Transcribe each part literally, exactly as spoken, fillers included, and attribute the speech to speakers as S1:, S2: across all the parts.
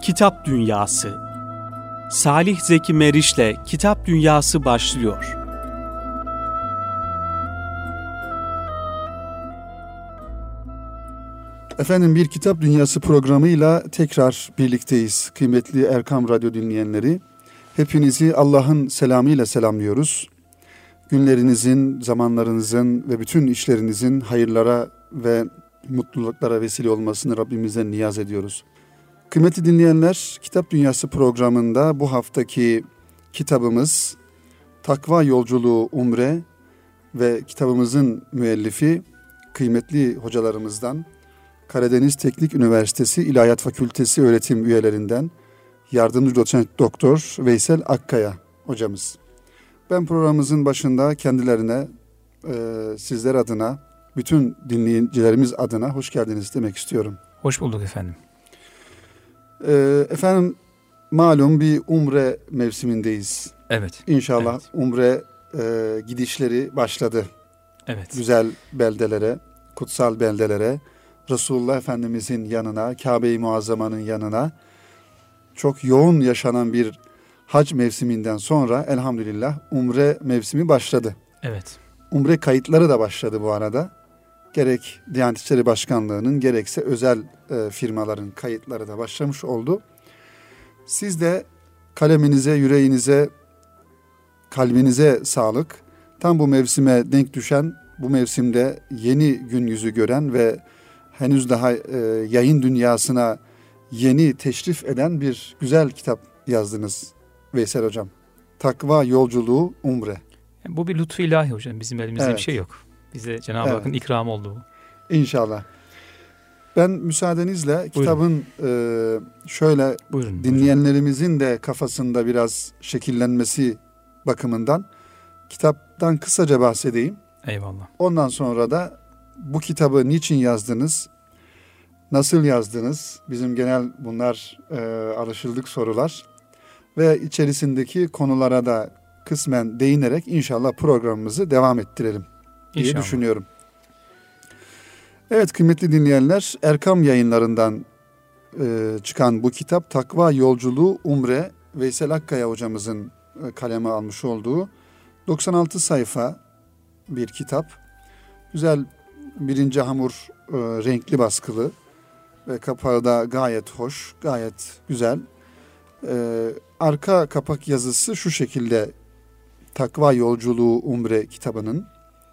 S1: Kitap Dünyası. Salih Zeki Meriç'le Kitap Dünyası başlıyor.
S2: Efendim, bir Kitap Dünyası programıyla tekrar birlikteyiz. Kıymetli Erkam Radyo dinleyenleri, hepinizi Allah'ın selamıyla selamlıyoruz. Günlerinizin, zamanlarınızın ve bütün işlerinizin hayırlara ve mutluluklara vesile olmasını Rabbimizden niyaz ediyoruz. Kıymetli dinleyenler, Kitap Dünyası programında bu haftaki kitabımız Takva Yolculuğu Umre ve kitabımızın müellifi kıymetli hocalarımızdan, Karadeniz Teknik Üniversitesi İlahiyat Fakültesi öğretim üyelerinden yardımcı doçent doktor Veysel Akkaya hocamız. Ben programımızın başında kendilerine e, sizler adına, bütün dinleyicilerimiz adına hoş geldiniz demek istiyorum.
S3: Hoş bulduk efendim.
S2: E, efendim malum bir umre mevsimindeyiz.
S3: Evet.
S2: İnşallah
S3: evet.
S2: umre e, gidişleri başladı.
S3: Evet.
S2: Güzel beldelere, kutsal beldelere, Resulullah Efendimizin yanına, Kabe-i Muazzama'nın yanına çok yoğun yaşanan bir hac mevsiminden sonra elhamdülillah umre mevsimi başladı.
S3: Evet.
S2: Umre kayıtları da başladı bu arada. Gerek Diyanet İşleri Başkanlığı'nın gerekse özel e, firmaların kayıtları da başlamış oldu. Siz de kaleminize, yüreğinize, kalbinize sağlık. Tam bu mevsime denk düşen, bu mevsimde yeni gün yüzü gören ve henüz daha e, yayın dünyasına yeni teşrif eden bir güzel kitap yazdınız Veysel Hocam. Takva Yolculuğu Umre.
S3: Yani bu bir lütfu ilahi hocam. Bizim elimizde evet. bir şey yok. Bize Cenab-ı evet. Hakk'ın ikramı oldu bu. İnşallah.
S2: Ben müsaadenizle Buyurun. kitabın e, şöyle
S3: Buyurun,
S2: dinleyenlerimizin buyurun. de kafasında biraz şekillenmesi bakımından kitaptan kısaca bahsedeyim.
S3: Eyvallah.
S2: Ondan sonra da bu kitabı niçin yazdınız? Nasıl yazdınız? Bizim genel bunlar e, alışıldık sorular. Ve içerisindeki konulara da kısmen değinerek inşallah programımızı devam ettirelim diye inşallah. düşünüyorum. Evet kıymetli dinleyenler, Erkam Yayınlarından e, çıkan bu kitap Takva Yolculuğu Umre, Veysel Akkaya hocamızın e, kaleme almış olduğu doksan altı sayfa bir kitap. Güzel birinci hamur e, renkli baskılı ve kapağı da gayet hoş, gayet güzel. E, arka kapak yazısı şu şekilde: Takva Yolculuğu Umre kitabının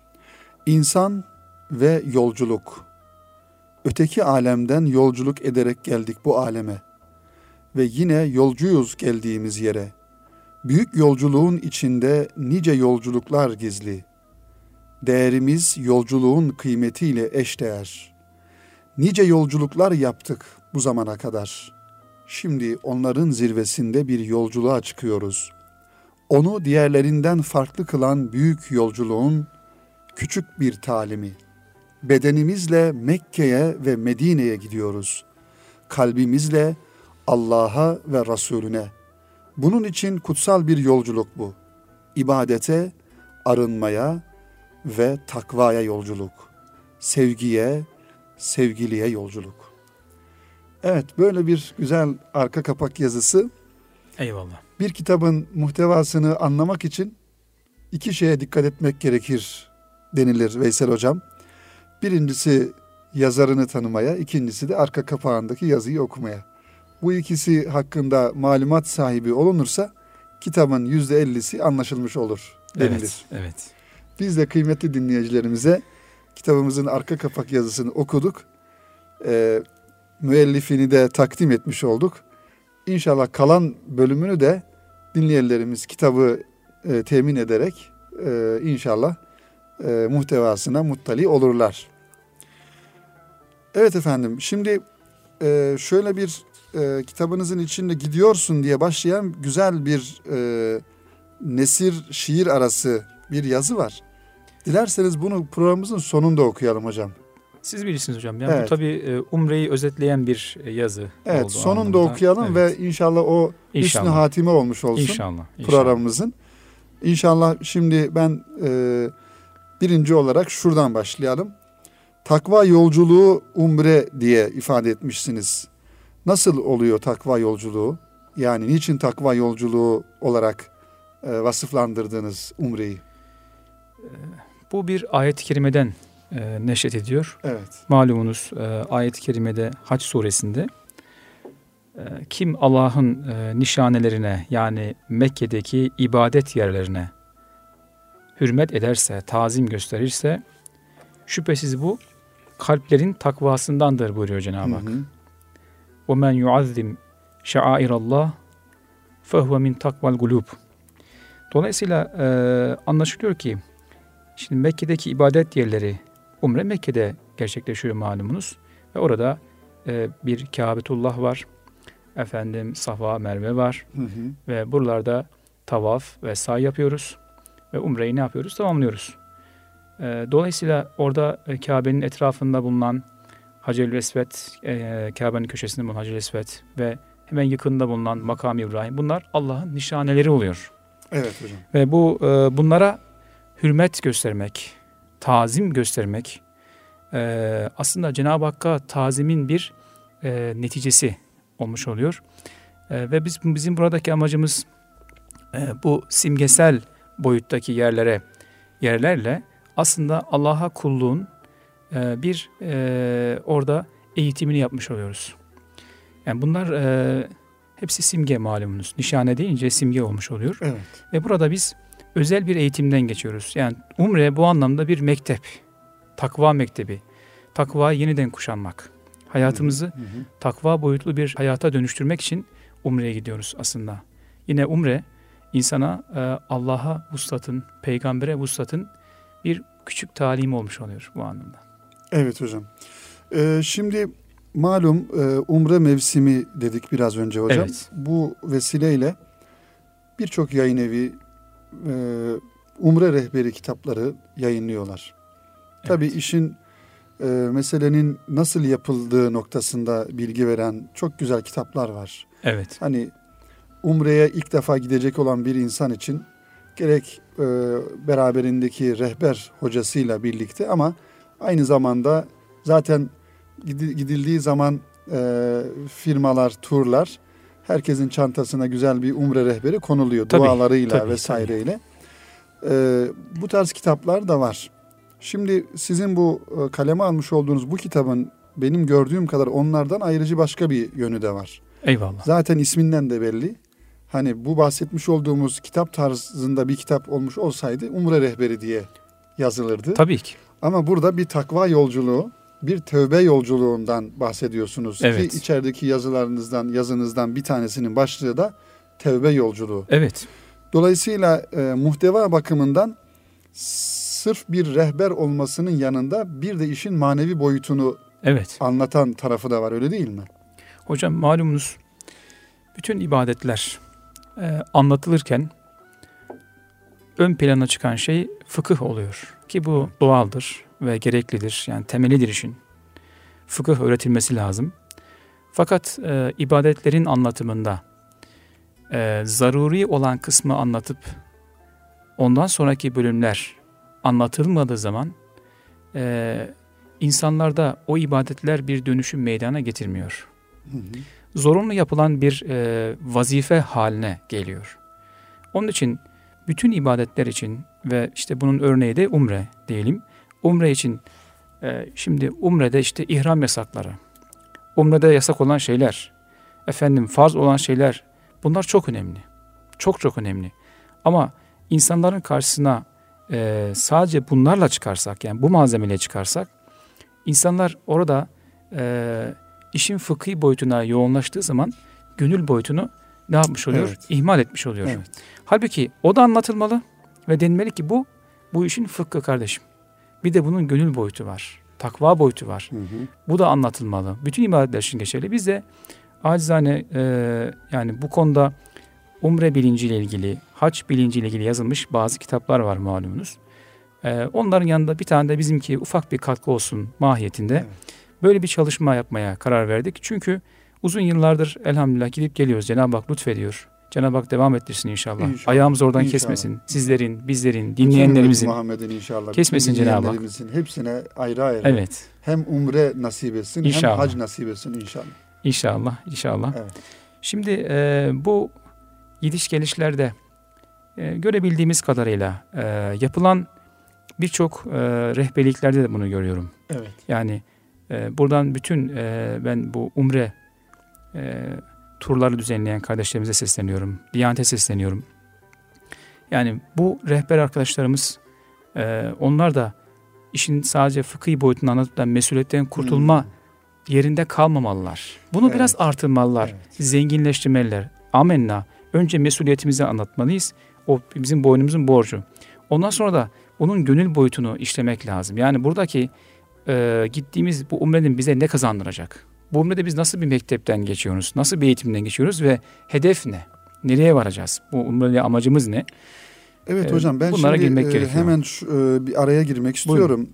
S2: insan ve yolculuk. Öteki alemden yolculuk ederek geldik bu aleme ve yine yolcuyuz geldiğimiz yere. Büyük yolculuğun içinde nice yolculuklar gizli. Değerimiz yolculuğun kıymetiyle eşdeğer. Nice yolculuklar yaptık bu zamana kadar. Şimdi onların zirvesinde bir yolculuğa çıkıyoruz. Onu diğerlerinden farklı kılan büyük yolculuğun küçük bir talimi. Bedenimizle Mekke'ye ve Medine'ye gidiyoruz. Kalbimizle Allah'a ve Resulüne. Bunun için kutsal bir yolculuk bu. İbadete, arınmaya ve takvaya yolculuk. Sevgiye, sevgiliye yolculuk. Evet, böyle bir güzel arka kapak yazısı.
S3: Eyvallah.
S2: Bir kitabın muhtevasını anlamak için iki şeye dikkat etmek gerekir denilir Veysel Hocam. Birincisi yazarını tanımaya, ikincisi de arka kapağındaki yazıyı okumaya. Bu ikisi hakkında malumat sahibi olunursa kitabın yüzde ellisi anlaşılmış olur denilir.
S3: Evet, evet.
S2: Biz de kıymetli dinleyicilerimize kitabımızın arka kapak yazısını okuduk. Ee, müellifini de takdim etmiş olduk. İnşallah kalan bölümünü de dinleyenlerimiz kitabı e, temin ederek e, inşallah e, muhtevasına muttali olurlar. Evet efendim, şimdi e, şöyle bir e, kitabınızın içinde gidiyorsun diye başlayan güzel bir e, nesir şiir arası bir yazı var. Dilerseniz bunu programımızın sonunda okuyalım hocam.
S3: Siz bilirsiniz hocam. Yani
S2: evet.
S3: Bu tabii umreyi özetleyen bir yazı.
S2: Evet,
S3: oldu
S2: sonunda
S3: anlamda.
S2: okuyalım evet. Ve inşallah o
S3: inşallah.
S2: hüsnü hatime olmuş olsun
S3: inşallah, inşallah.
S2: programımızın. İnşallah şimdi ben e, birinci olarak şuradan başlayalım. Takva yolculuğu umre diye ifade etmişsiniz. Nasıl oluyor takva yolculuğu? Yani niçin takva yolculuğu olarak e, vasıflandırdınız umreyi?
S3: Bu bir ayet-i kerimeden e, neşet ediyor.
S2: Evet.
S3: Malumunuz e, ayet-i kerimede Hac suresinde e, kim Allah'ın e, nişanelerine, yani Mekke'deki ibadet yerlerine hürmet ederse, tazim gösterirse, şüphesiz bu kalplerin takvasındandır buyuruyor Cenab-ı Hak. وَمَنْ يُعَذِّمْ شَعَائِرَ اللّٰهِ فَهُوَ مِنْ تَقْوَى الْقُلُوبِ. Dolayısıyla e, anlaşılıyor ki şimdi Mekke'deki ibadet yerleri, umre Mekke'de gerçekleşiyor malumunuz ve orada e, bir Kâbetullah var, efendim Safa, Merve var hı hı. ve buralarda tavaf ve sa'i yapıyoruz ve umreyi ne yapıyoruz? Tamamlıyoruz. E, dolayısıyla orada e, Kabe'nin etrafında bulunan Hacer-ül Esved, e, Kabe'nin köşesinde bulunan Hacer-ül Esved ve hemen yakında bulunan Makam-ı İbrahim, bunlar Allah'ın nişaneleri oluyor.
S2: Evet hocam.
S3: Ve bu e, bunlara hürmet göstermek, tazim göstermek e, aslında Cenab-ı Hakk'a tazimin bir e, neticesi olmuş oluyor. E, ve biz bizim buradaki amacımız e, bu simgesel boyuttaki yerlere yerlerle aslında Allah'a kulluğun e, bir e, orada eğitimini yapmış oluyoruz. Yani bunlar e, hepsi simge malumunuz. Nişane deyince simge olmuş oluyor.
S2: Evet.
S3: Ve burada biz özel bir eğitimden geçiyoruz. Yani umre bu anlamda bir mektep. Takva mektebi. Takvayı yeniden kuşanmak. Hayatımızı hı hı. takva boyutlu bir hayata dönüştürmek için umreye gidiyoruz aslında. Yine umre insana e, Allah'a vuslatın, peygambere vuslatın bir küçük talimi olmuş oluyor bu anlamda.
S2: Evet hocam. Ee, şimdi malum e, umre mevsimi dedik biraz önce hocam.
S3: Evet.
S2: Bu vesileyle birçok yayın evi e, umre rehberi kitapları yayınlıyorlar. Evet. Tabii işin e, meselenin nasıl yapıldığı noktasında bilgi veren çok güzel kitaplar var.
S3: Evet.
S2: Hani umreye ilk defa gidecek olan bir insan için gerek e, beraberindeki rehber hocasıyla birlikte ama aynı zamanda zaten gidildiği zaman e, firmalar, turlar, herkesin çantasına güzel bir umre rehberi konuluyor. Tabii, dualarıyla tabii, vesaireyle. Tabii. E, bu tarz kitaplar da var. Şimdi sizin bu e, kaleme almış olduğunuz bu kitabın benim gördüğüm kadar onlardan ayrıcı başka bir yönü de var.
S3: Eyvallah.
S2: Zaten isminden de belli. Hani bu bahsetmiş olduğumuz kitap tarzında bir kitap olmuş olsaydı umre rehberi diye yazılırdı.
S3: Tabii ki.
S2: Ama burada bir takva yolculuğu, bir tövbe yolculuğundan bahsediyorsunuz. Evet. Ki içerideki yazılarınızdan, yazınızdan bir tanesinin başlığı da tövbe yolculuğu.
S3: Evet.
S2: Dolayısıyla e, muhteva bakımından sırf bir rehber olmasının yanında bir de işin manevi boyutunu evet. anlatan tarafı da var, öyle değil mi?
S3: Hocam malumunuz bütün ibadetler e, anlatılırken ön plana çıkan şey fıkıh oluyor. Ki bu doğaldır ve gereklidir. Yani temelidir işin. Fıkıh öğretilmesi lazım. Fakat e, ibadetlerin anlatımında e, zaruri olan kısmı anlatıp ondan sonraki bölümler anlatılmadığı zaman e, insanlarda o ibadetler bir dönüşüm meydana getirmiyor. Hı hı. Zorunlu yapılan bir e, vazife haline geliyor. Onun için bütün ibadetler için ve işte bunun örneği de umre diyelim. Umre için e, şimdi umrede işte ihram yasakları, umrede yasak olan şeyler, efendim farz olan şeyler, bunlar çok önemli. Çok çok önemli. Ama insanların karşısına e, sadece bunlarla çıkarsak, yani bu malzemeyle çıkarsak, insanlar orada e, işin fıkhi boyutuna yoğunlaştığı zaman gönül boyutunu ne yapmış oluyor? Evet. İhmal etmiş oluyor. Evet. Halbuki o da anlatılmalı ve denmeli ki bu bu işin fıkhı kardeşim. Bir de bunun gönül boyutu var. Takva boyutu var. Hı hı. Bu da anlatılmalı. Bütün ibadetler için geçerli. Biz de acizane e, yani bu konuda umre bilinciyle ilgili, hac bilinciyle ilgili yazılmış bazı kitaplar var malumunuz. E, onların yanında bir tane de bizimki ufak bir katkı olsun mahiyetinde evet. böyle bir çalışma yapmaya karar verdik. Çünkü uzun yıllardır elhamdülillah gidip geliyoruz. Cenab-ı Hak lütfediyor. Cenab-ı Hak devam ettirsin inşallah. inşallah. Ayağımızı oradan inşallah. kesmesin. Sizlerin, bizlerin, dinleyenlerimizin
S2: Muhammed'in inşallah.
S3: Kesmesin Cenab-ı Hak.
S2: Hepsine ayrı ayrı.
S3: Evet.
S2: Hem umre nasip etsin, inşallah. hem hac nasip etsin inşallah.
S3: İnşallah, inşallah.
S2: Evet.
S3: Şimdi e, bu gidiş gelişlerde e, görebildiğimiz kadarıyla e, yapılan birçok e, rehberliklerde de bunu görüyorum.
S2: Evet.
S3: Yani e, buradan bütün e, ben bu umre e, turları düzenleyen kardeşlerimize sesleniyorum. Diyanete sesleniyorum. Yani bu rehber arkadaşlarımız e, onlar da işin sadece fıkhi boyutunu anlatıp da mesuliyetten kurtulma hmm. yerinde kalmamalılar. Bunu evet. biraz artırmalılar, evet. zenginleştirmeliler. Amenna. Önce mesuliyetimizi anlatmalıyız. O bizim boynumuzun borcu. Ondan sonra da onun gönül boyutunu işlemek lazım. Yani buradaki e, gittiğimiz bu umrenin bize ne kazandıracak? Bu umrede biz nasıl bir mektepten geçiyoruz? Nasıl bir eğitimden geçiyoruz ve hedef ne? Nereye varacağız? Bu umrede amacımız ne?
S2: Evet hocam, ben
S3: Bunlara
S2: şimdi
S3: girmek
S2: e, hemen şu, e, bir araya girmek istiyorum.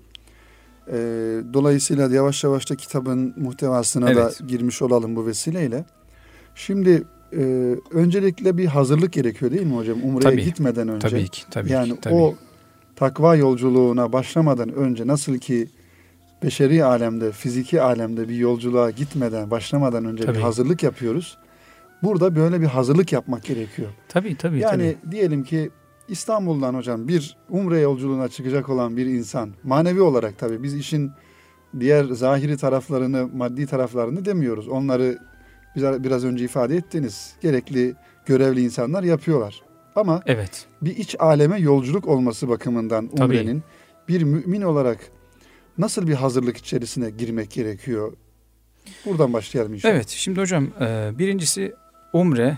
S2: E, dolayısıyla yavaş yavaş da kitabın muhtevasına evet. da girmiş olalım bu vesileyle. Şimdi e, öncelikle bir hazırlık gerekiyor değil mi hocam? Umre'ye tabii, gitmeden önce.
S3: Tabii ki. Tabii
S2: yani
S3: ki, tabii.
S2: o takva yolculuğuna başlamadan önce nasıl ki beşeri alemde, fiziki alemde bir yolculuğa gitmeden, başlamadan önce tabii. bir hazırlık yapıyoruz. Burada böyle bir hazırlık yapmak gerekiyor.
S3: Tabii tabii.
S2: Yani
S3: tabii.
S2: diyelim ki İstanbul'dan hocam bir umre yolculuğuna çıkacak olan bir insan, manevi olarak tabii biz işin diğer zahiri taraflarını, maddi taraflarını demiyoruz. Onları biraz önce ifade ettiniz. Gerekli görevli insanlar yapıyorlar. Ama
S3: evet.
S2: bir iç aleme yolculuk olması bakımından umrenin tabii. bir mümin olarak nasıl bir hazırlık içerisine girmek gerekiyor? Buradan başlayalım inşallah.
S3: Evet, şimdi hocam birincisi umre,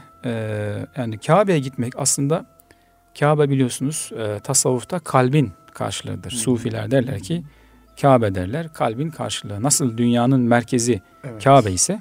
S3: yani Kabe'ye gitmek aslında, Kabe biliyorsunuz tasavvufta kalbin karşılığıdır. Hmm. Sufiler derler ki Kabe derler, kalbin karşılığı. Nasıl dünyanın merkezi evet. Kabe ise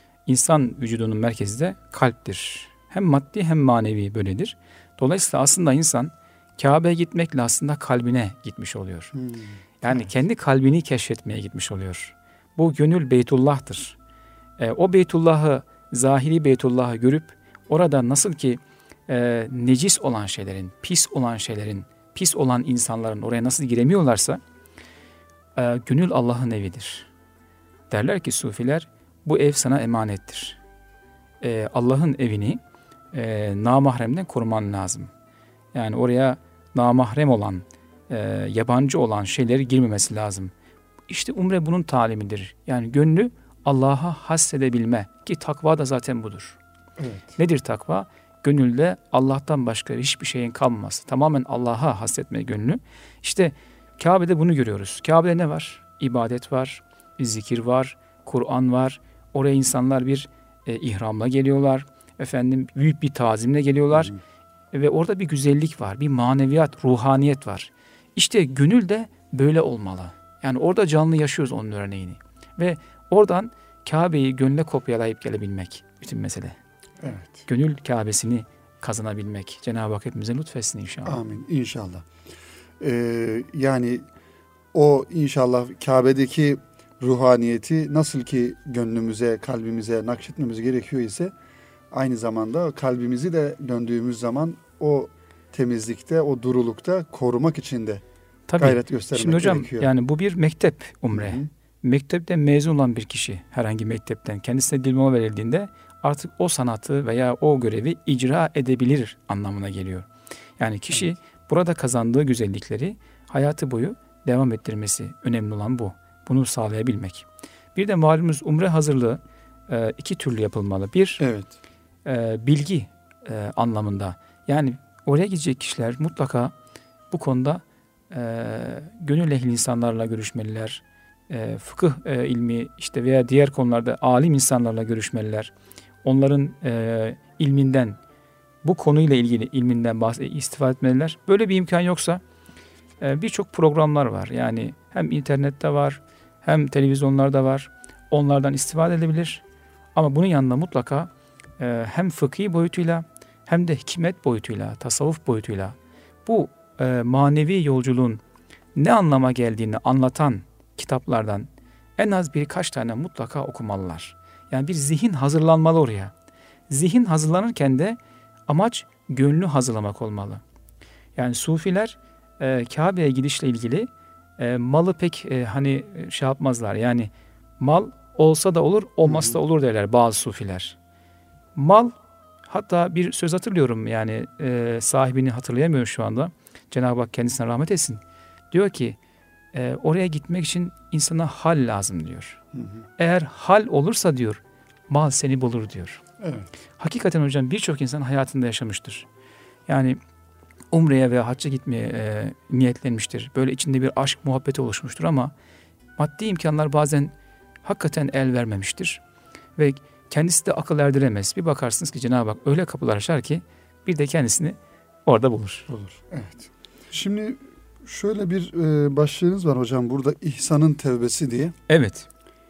S3: insan vücudunun merkezi de kalptir. Hem maddi hem manevi böyledir. Dolayısıyla aslında insan Kabe'ye gitmekle aslında kalbine gitmiş oluyor. Hmm. Yani evet. kendi kalbini keşfetmeye gitmiş oluyor. Bu gönül Beytullah'tır. E, o Beytullah'ı, zahiri Beytullah'ı görüp orada nasıl ki e, necis olan şeylerin, pis olan şeylerin, pis olan insanların oraya nasıl giremiyorlarsa e, gönül Allah'ın evidir. Derler ki sufiler, bu ev sana emanettir. E, Allah'ın evini e, namahremden koruman lazım. Yani oraya namahrem olan, e, yabancı olan şeyleri girmemesi lazım. İşte umre bunun talimidir. Yani gönlü Allah'a hassedebilme, ki takva da zaten budur.
S2: Evet.
S3: Nedir takva? Gönülde Allah'tan başka hiçbir şeyin kalmaması. Tamamen Allah'a hasretme gönlü. İşte Kabe'de bunu görüyoruz. Kabe'de ne var? İbadet var, zikir var, Kur'an var. Oraya insanlar bir e, ihramla geliyorlar. Efendim büyük bir tazimle geliyorlar. Hı. Ve orada bir güzellik var, bir maneviyat, ruhaniyet var. İşte gönül de böyle olmalı. Yani orada canlı yaşıyoruz onun örneğini. Ve oradan Kabe'yi gönle kopyalayıp gelebilmek bütün mesele.
S2: Evet.
S3: Gönül Kabe'sini kazanabilmek. Cenab-ı Hak hepimize lütfetsin inşallah.
S2: Amin inşallah. Ee, yani o inşallah Kabe'deki ruhaniyeti nasıl ki gönlümüze, kalbimize nakşetmemiz gerekiyor ise aynı zamanda kalbimizi de döndüğümüz zaman o temizlikte, o durulukta korumak için de Tabii. gayret göstermek
S3: Şimdi hocam,
S2: gerekiyor.
S3: Yani bu bir mektep umre.
S2: Hı-hı.
S3: Mektepten mezun olan bir kişi herhangi mektepten kendisine diploma verildiğinde artık o sanatı veya o görevi icra edebilir anlamına geliyor. Yani kişi evet. burada kazandığı güzellikleri hayatı boyu devam ettirmesi, önemli olan bu. Bunu sağlayabilmek. Bir de malumunuz umre hazırlığı e, iki türlü yapılmalı. Bir,
S2: evet.
S3: e, bilgi e, anlamında. Yani oraya gidecek kişiler mutlaka bu konuda e, gönül ehli insanlarla görüşmeliler. E, fıkıh e, ilmi işte veya diğer konularda alim insanlarla görüşmeliler. Onların e, ilminden, bu konuyla ilgili ilminden bahs- istifade etmeliler. Böyle bir imkan yoksa e, birçok programlar var. Yani hem internette var, hem televizyonlarda var. Onlardan istifade edebilir. Ama bunun yanında mutlaka e, hem fıkhi boyutuyla hem de hikmet boyutuyla, tasavvuf boyutuyla bu e, manevi yolculuğun ne anlama geldiğini anlatan kitaplardan en az birkaç tane mutlaka okumalılar. Yani bir zihin hazırlanmalı oraya. Zihin hazırlanırken de amaç gönlü hazırlamak olmalı. Yani sufiler e, Kabe'ye gidişle ilgili e, malı pek e, hani şey yapmazlar. Yani mal olsa da olur, olmazsa da olur derler bazı sufiler. Mal, hatta bir söz hatırlıyorum yani e, sahibini hatırlayamıyorum şu anda. Cenab-ı Hak kendisine rahmet etsin. Diyor ki e, oraya gitmek için insana hal lazım diyor. Hı hı. Eğer hal olursa diyor mal seni bulur diyor.
S2: Evet.
S3: Hakikaten hocam birçok insan hayatında yaşamıştır. Yani umreye veya hacca gitmeye e, niyetlenmiştir. Böyle içinde bir aşk muhabbeti oluşmuştur ama maddi imkanlar bazen hakikaten el vermemiştir. Ve kendisi de akıl erdiremez. Bir bakarsınız ki Cenab-ı Hak öyle kapılar açar ki bir de kendisini orada bulur.
S2: Bulur. Evet. Şimdi şöyle bir e, başlığınız var hocam burada, ihsanın tevbesi diye.
S3: Evet.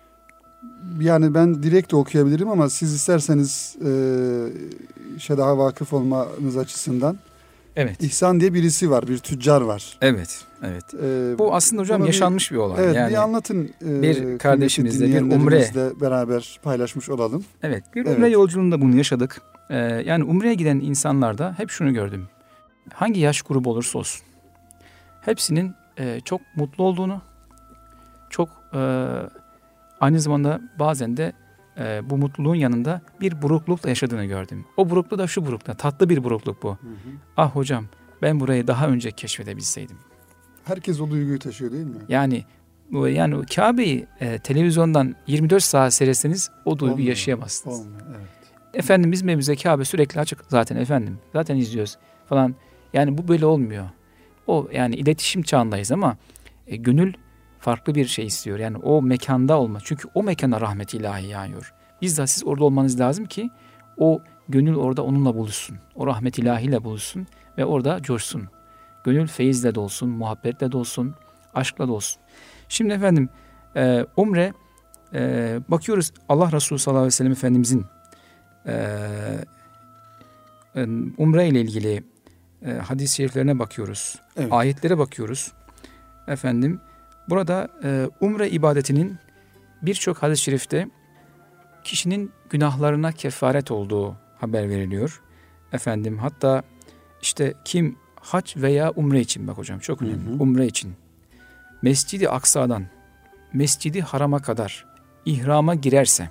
S2: Yani ben direkt okuyabilirim ama siz isterseniz e, işe daha vakıf olmanız açısından.
S3: Evet.
S2: İhsan diye birisi var, bir tüccar var.
S3: Evet, evet.
S2: Ee,
S3: Bu aslında hocam yaşanmış bir, bir olay.
S2: Evet,
S3: yani
S2: bir anlatın. E,
S3: bir kardeşimizle bir umre
S2: beraber paylaşmış olalım.
S3: Evet, bir
S2: evet.
S3: umre yolculuğunda bunu yaşadık. Ee, yani umreye giden insanlarda hep şunu gördüm. Hangi yaş grubu olursa olsun, hepsinin e, çok mutlu olduğunu, çok e, aynı zamanda bazen de e, bu mutluluğun yanında bir buruklukla yaşadığını gördüm. O burukluğu da şu burukluğu, tatlı bir burukluk bu. Hı hı. Ah hocam, ben burayı daha önce keşfedebilseydim.
S2: Herkes o duyguyu taşıyor değil mi?
S3: Yani bu yani Kabe'yi e, televizyondan yirmi dört saat seyreseniz o duyguyu Olmuyor. yaşayamazsınız.
S2: Olmuyor, evet.
S3: Efendim bizim evimizde Kabe sürekli açık zaten efendim. Zaten izliyoruz falan. Yani bu böyle olmuyor. O yani iletişim çağındayız ama e, gönül farklı bir şey istiyor. Yani o mekanda olma. Çünkü o mekana rahmet ilahi yağıyor. Bizzat siz orada olmanız lazım ki o gönül orada onunla buluşsun. O rahmet ilahiyle buluşsun ve orada coşsun. Gönül feyizle dolsun, muhabbetle dolsun, aşkla dolsun. Şimdi efendim e, umre e, bakıyoruz Allah Resulü sallallahu aleyhi ve sellem Efendimizin e, umre ile ilgili e, hadis-i şeriflerine bakıyoruz. Evet. Ayetlere bakıyoruz. Efendim burada e, umre ibadetinin birçok hadis-i şerifte kişinin günahlarına kefaret olduğu haber veriliyor. Efendim hatta işte kim hac veya umre için, bak hocam çok önemli, hı hı. umre için Mescid-i Aksa'dan Mescid-i Haram'a kadar ihrama girerse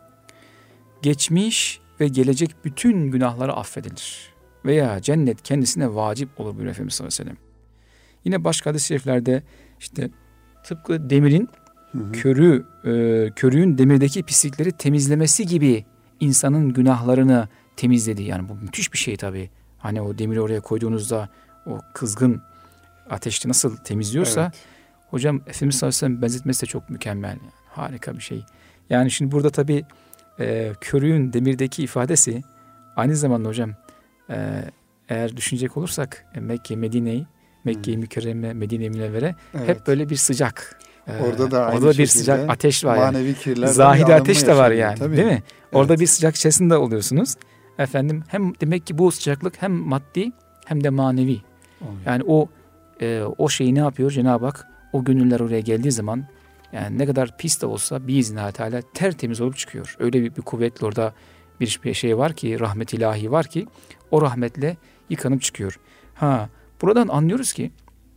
S3: geçmiş ve gelecek bütün günahları affedilir. Veya cennet kendisine vacip olur buyuruyor Efendimiz sallallahu aleyhi ve sellem. Yine başka hadis-i şeriflerde işte tıpkı demirin hı hı. körü, e, körüğün demirdeki pislikleri temizlemesi gibi insanın günahlarını temizledi. Yani bu müthiş bir şey tabii. Hani o demiri oraya koyduğunuzda o kızgın ateşte nasıl temizliyorsa evet. hocam Efendimiz sallallahu aleyhi ve sellem benzetmesi de çok mükemmel. Yani harika bir şey. Yani şimdi burada tabii e, körüğün demirdeki ifadesi aynı zamanda hocam e, eğer düşünecek olursak e, Mekke, Medine'yi, Mekke-i Mükerreme, Medine-i Münevvere evet. hep böyle bir sıcak. E,
S2: orada da aynı
S3: orada bir sıcak ateş var
S2: manevi
S3: yani.
S2: kirler.
S3: Zahide ateş de var yani.
S2: Tabii.
S3: Değil mi? Evet. Orada bir sıcak içerisinde oluyorsunuz. Efendim hem demek ki bu sıcaklık hem maddi hem de manevi. Oluyor. Yani o e, o şeyi ne yapıyor Cenab-ı Hak? O gönüller oraya geldiği zaman yani ne kadar pis de olsa biiznillahü teala tertemiz olup çıkıyor. Öyle bir, bir kuvvetli orada bir şey var ki, rahmet ilahi var ki o rahmetle yıkanıp çıkıyor. Ha, buradan anlıyoruz ki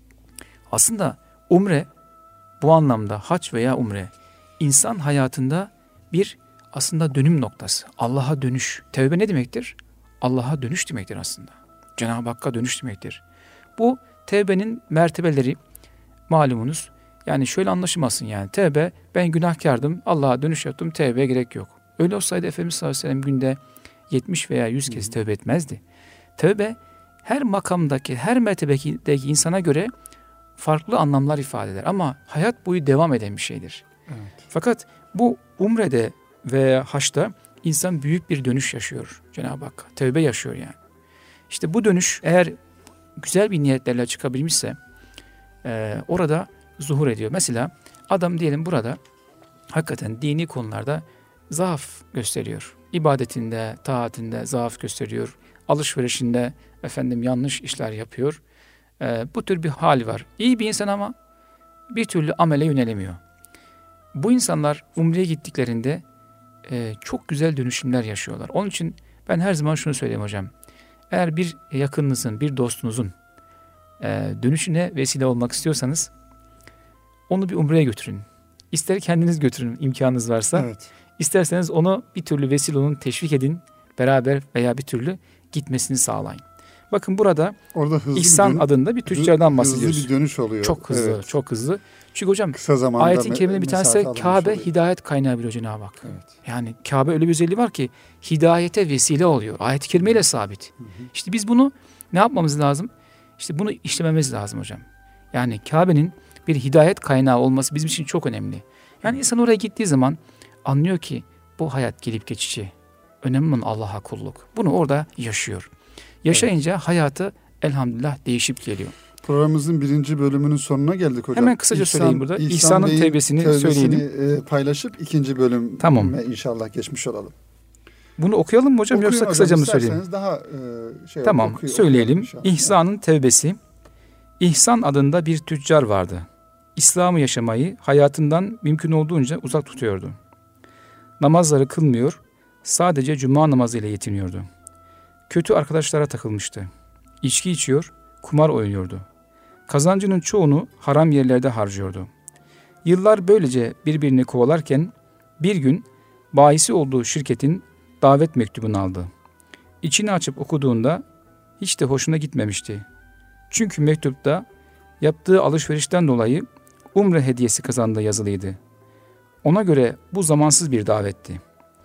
S3: aslında umre bu anlamda hac veya umre insan hayatında bir aslında dönüm noktası. Allah'a dönüş. Tevbe ne demektir? Allah'a dönüş demektir aslında. Cenab-ı Hakk'a dönüş demektir. Bu tevbenin mertebeleri malumunuz. Yani şöyle anlaşılmasın yani. Tevbe ben günahkardım, Allah'a dönüş yaptım, tevbeye gerek yok. Öyle olsaydı Efendimiz sallallahu aleyhi ve sellem günde yetmiş veya yüz kez tevbe etmezdi. Tevbe her makamdaki, her mertebedeki insana göre farklı anlamlar ifade eder. Ama hayat boyu devam eden bir şeydir. Evet. Fakat bu umrede ve haçta insan büyük bir dönüş yaşıyor Cenab-ı Hak. Tevbe yaşıyor yani. İşte bu dönüş eğer güzel bir niyetlerle çıkabilmişse e, orada zuhur ediyor. Mesela adam diyelim burada hakikaten dini konularda zaaf gösteriyor. İbadetinde, taatinde zaaf gösteriyor. Alışverişinde efendim yanlış işler yapıyor. E, bu tür bir hal var. İyi bir insan ama bir türlü amele yönelemiyor. Bu insanlar umreye gittiklerinde e, çok güzel dönüşümler yaşıyorlar. Onun için ben her zaman şunu söyleyeyim hocam. Eğer bir yakınınızın, bir dostunuzun e, dönüşüne vesile olmak istiyorsanız onu bir umreye götürün. İster kendiniz götürün imkanınız varsa.
S2: Evet.
S3: İsterseniz onu bir türlü vesile olun, teşvik edin. Beraber veya bir türlü gitmesini sağlayın. Bakın burada
S2: Orada hızlı
S3: İhsan
S2: bir dönüş,
S3: adında bir tüccardan bahsediyoruz.
S2: Hızlı bir dönüş oluyor.
S3: Çok hızlı,
S2: evet.
S3: çok hızlı. Çünkü hocam
S2: kısa zamanda
S3: ayetin keriminde bir tanesi
S2: mesafe
S3: Kabe
S2: oluyor.
S3: hidayet kaynağı biliyor Cenab-ı Hak.
S2: Evet.
S3: Yani Kabe öyle bir özelliği var ki hidayete vesile oluyor. Ayet-i kerimeyle sabit.
S2: Hı hı.
S3: İşte biz bunu ne yapmamız lazım? İşte bunu işlememiz lazım hocam. Yani Kabe'nin bir hidayet kaynağı olması bizim için çok önemli. Yani insan oraya gittiği zaman anlıyor ki bu hayat gelip geçici. Önemli olan Allah'a kulluk. Bunu orada yaşıyor. Yaşayınca evet. hayatı elhamdülillah değişip geliyor.
S2: Programımızın birinci bölümünün sonuna geldik hocam.
S3: Hemen kısaca
S2: İhsan,
S3: söyleyeyim burada.
S2: İhsan
S3: İhsan'ın
S2: Bey'in
S3: tevbesini,
S2: tevbesini
S3: söyleyelim.
S2: E, paylaşıp ikinci bölüme
S3: tamam.
S2: inşallah geçmiş olalım.
S3: Bunu okuyalım mı hocam
S2: Okuyun
S3: yoksa
S2: hocam,
S3: kısaca mı söyleyeyim?
S2: Daha e, şey
S3: tamam
S2: okuy,
S3: söyleyelim. İhsan'ın tevbesi. İhsan adında bir tüccar vardı. İslam'ı yaşamayı hayatından mümkün olduğunca uzak tutuyordu. Namazları kılmıyor, sadece cuma namazıyla yetiniyordu. Kötü arkadaşlara takılmıştı. İçki içiyor, kumar oynuyordu. Kazancının çoğunu haram yerlerde harcıyordu. Yıllar böylece birbirini kovalarken bir gün bahisi olduğu şirketin davet mektubunu aldı. İçini açıp okuduğunda hiç de hoşuna gitmemişti. Çünkü mektupta yaptığı alışverişten dolayı umre hediyesi kazandığı yazılıydı. Ona göre bu zamansız bir davetti.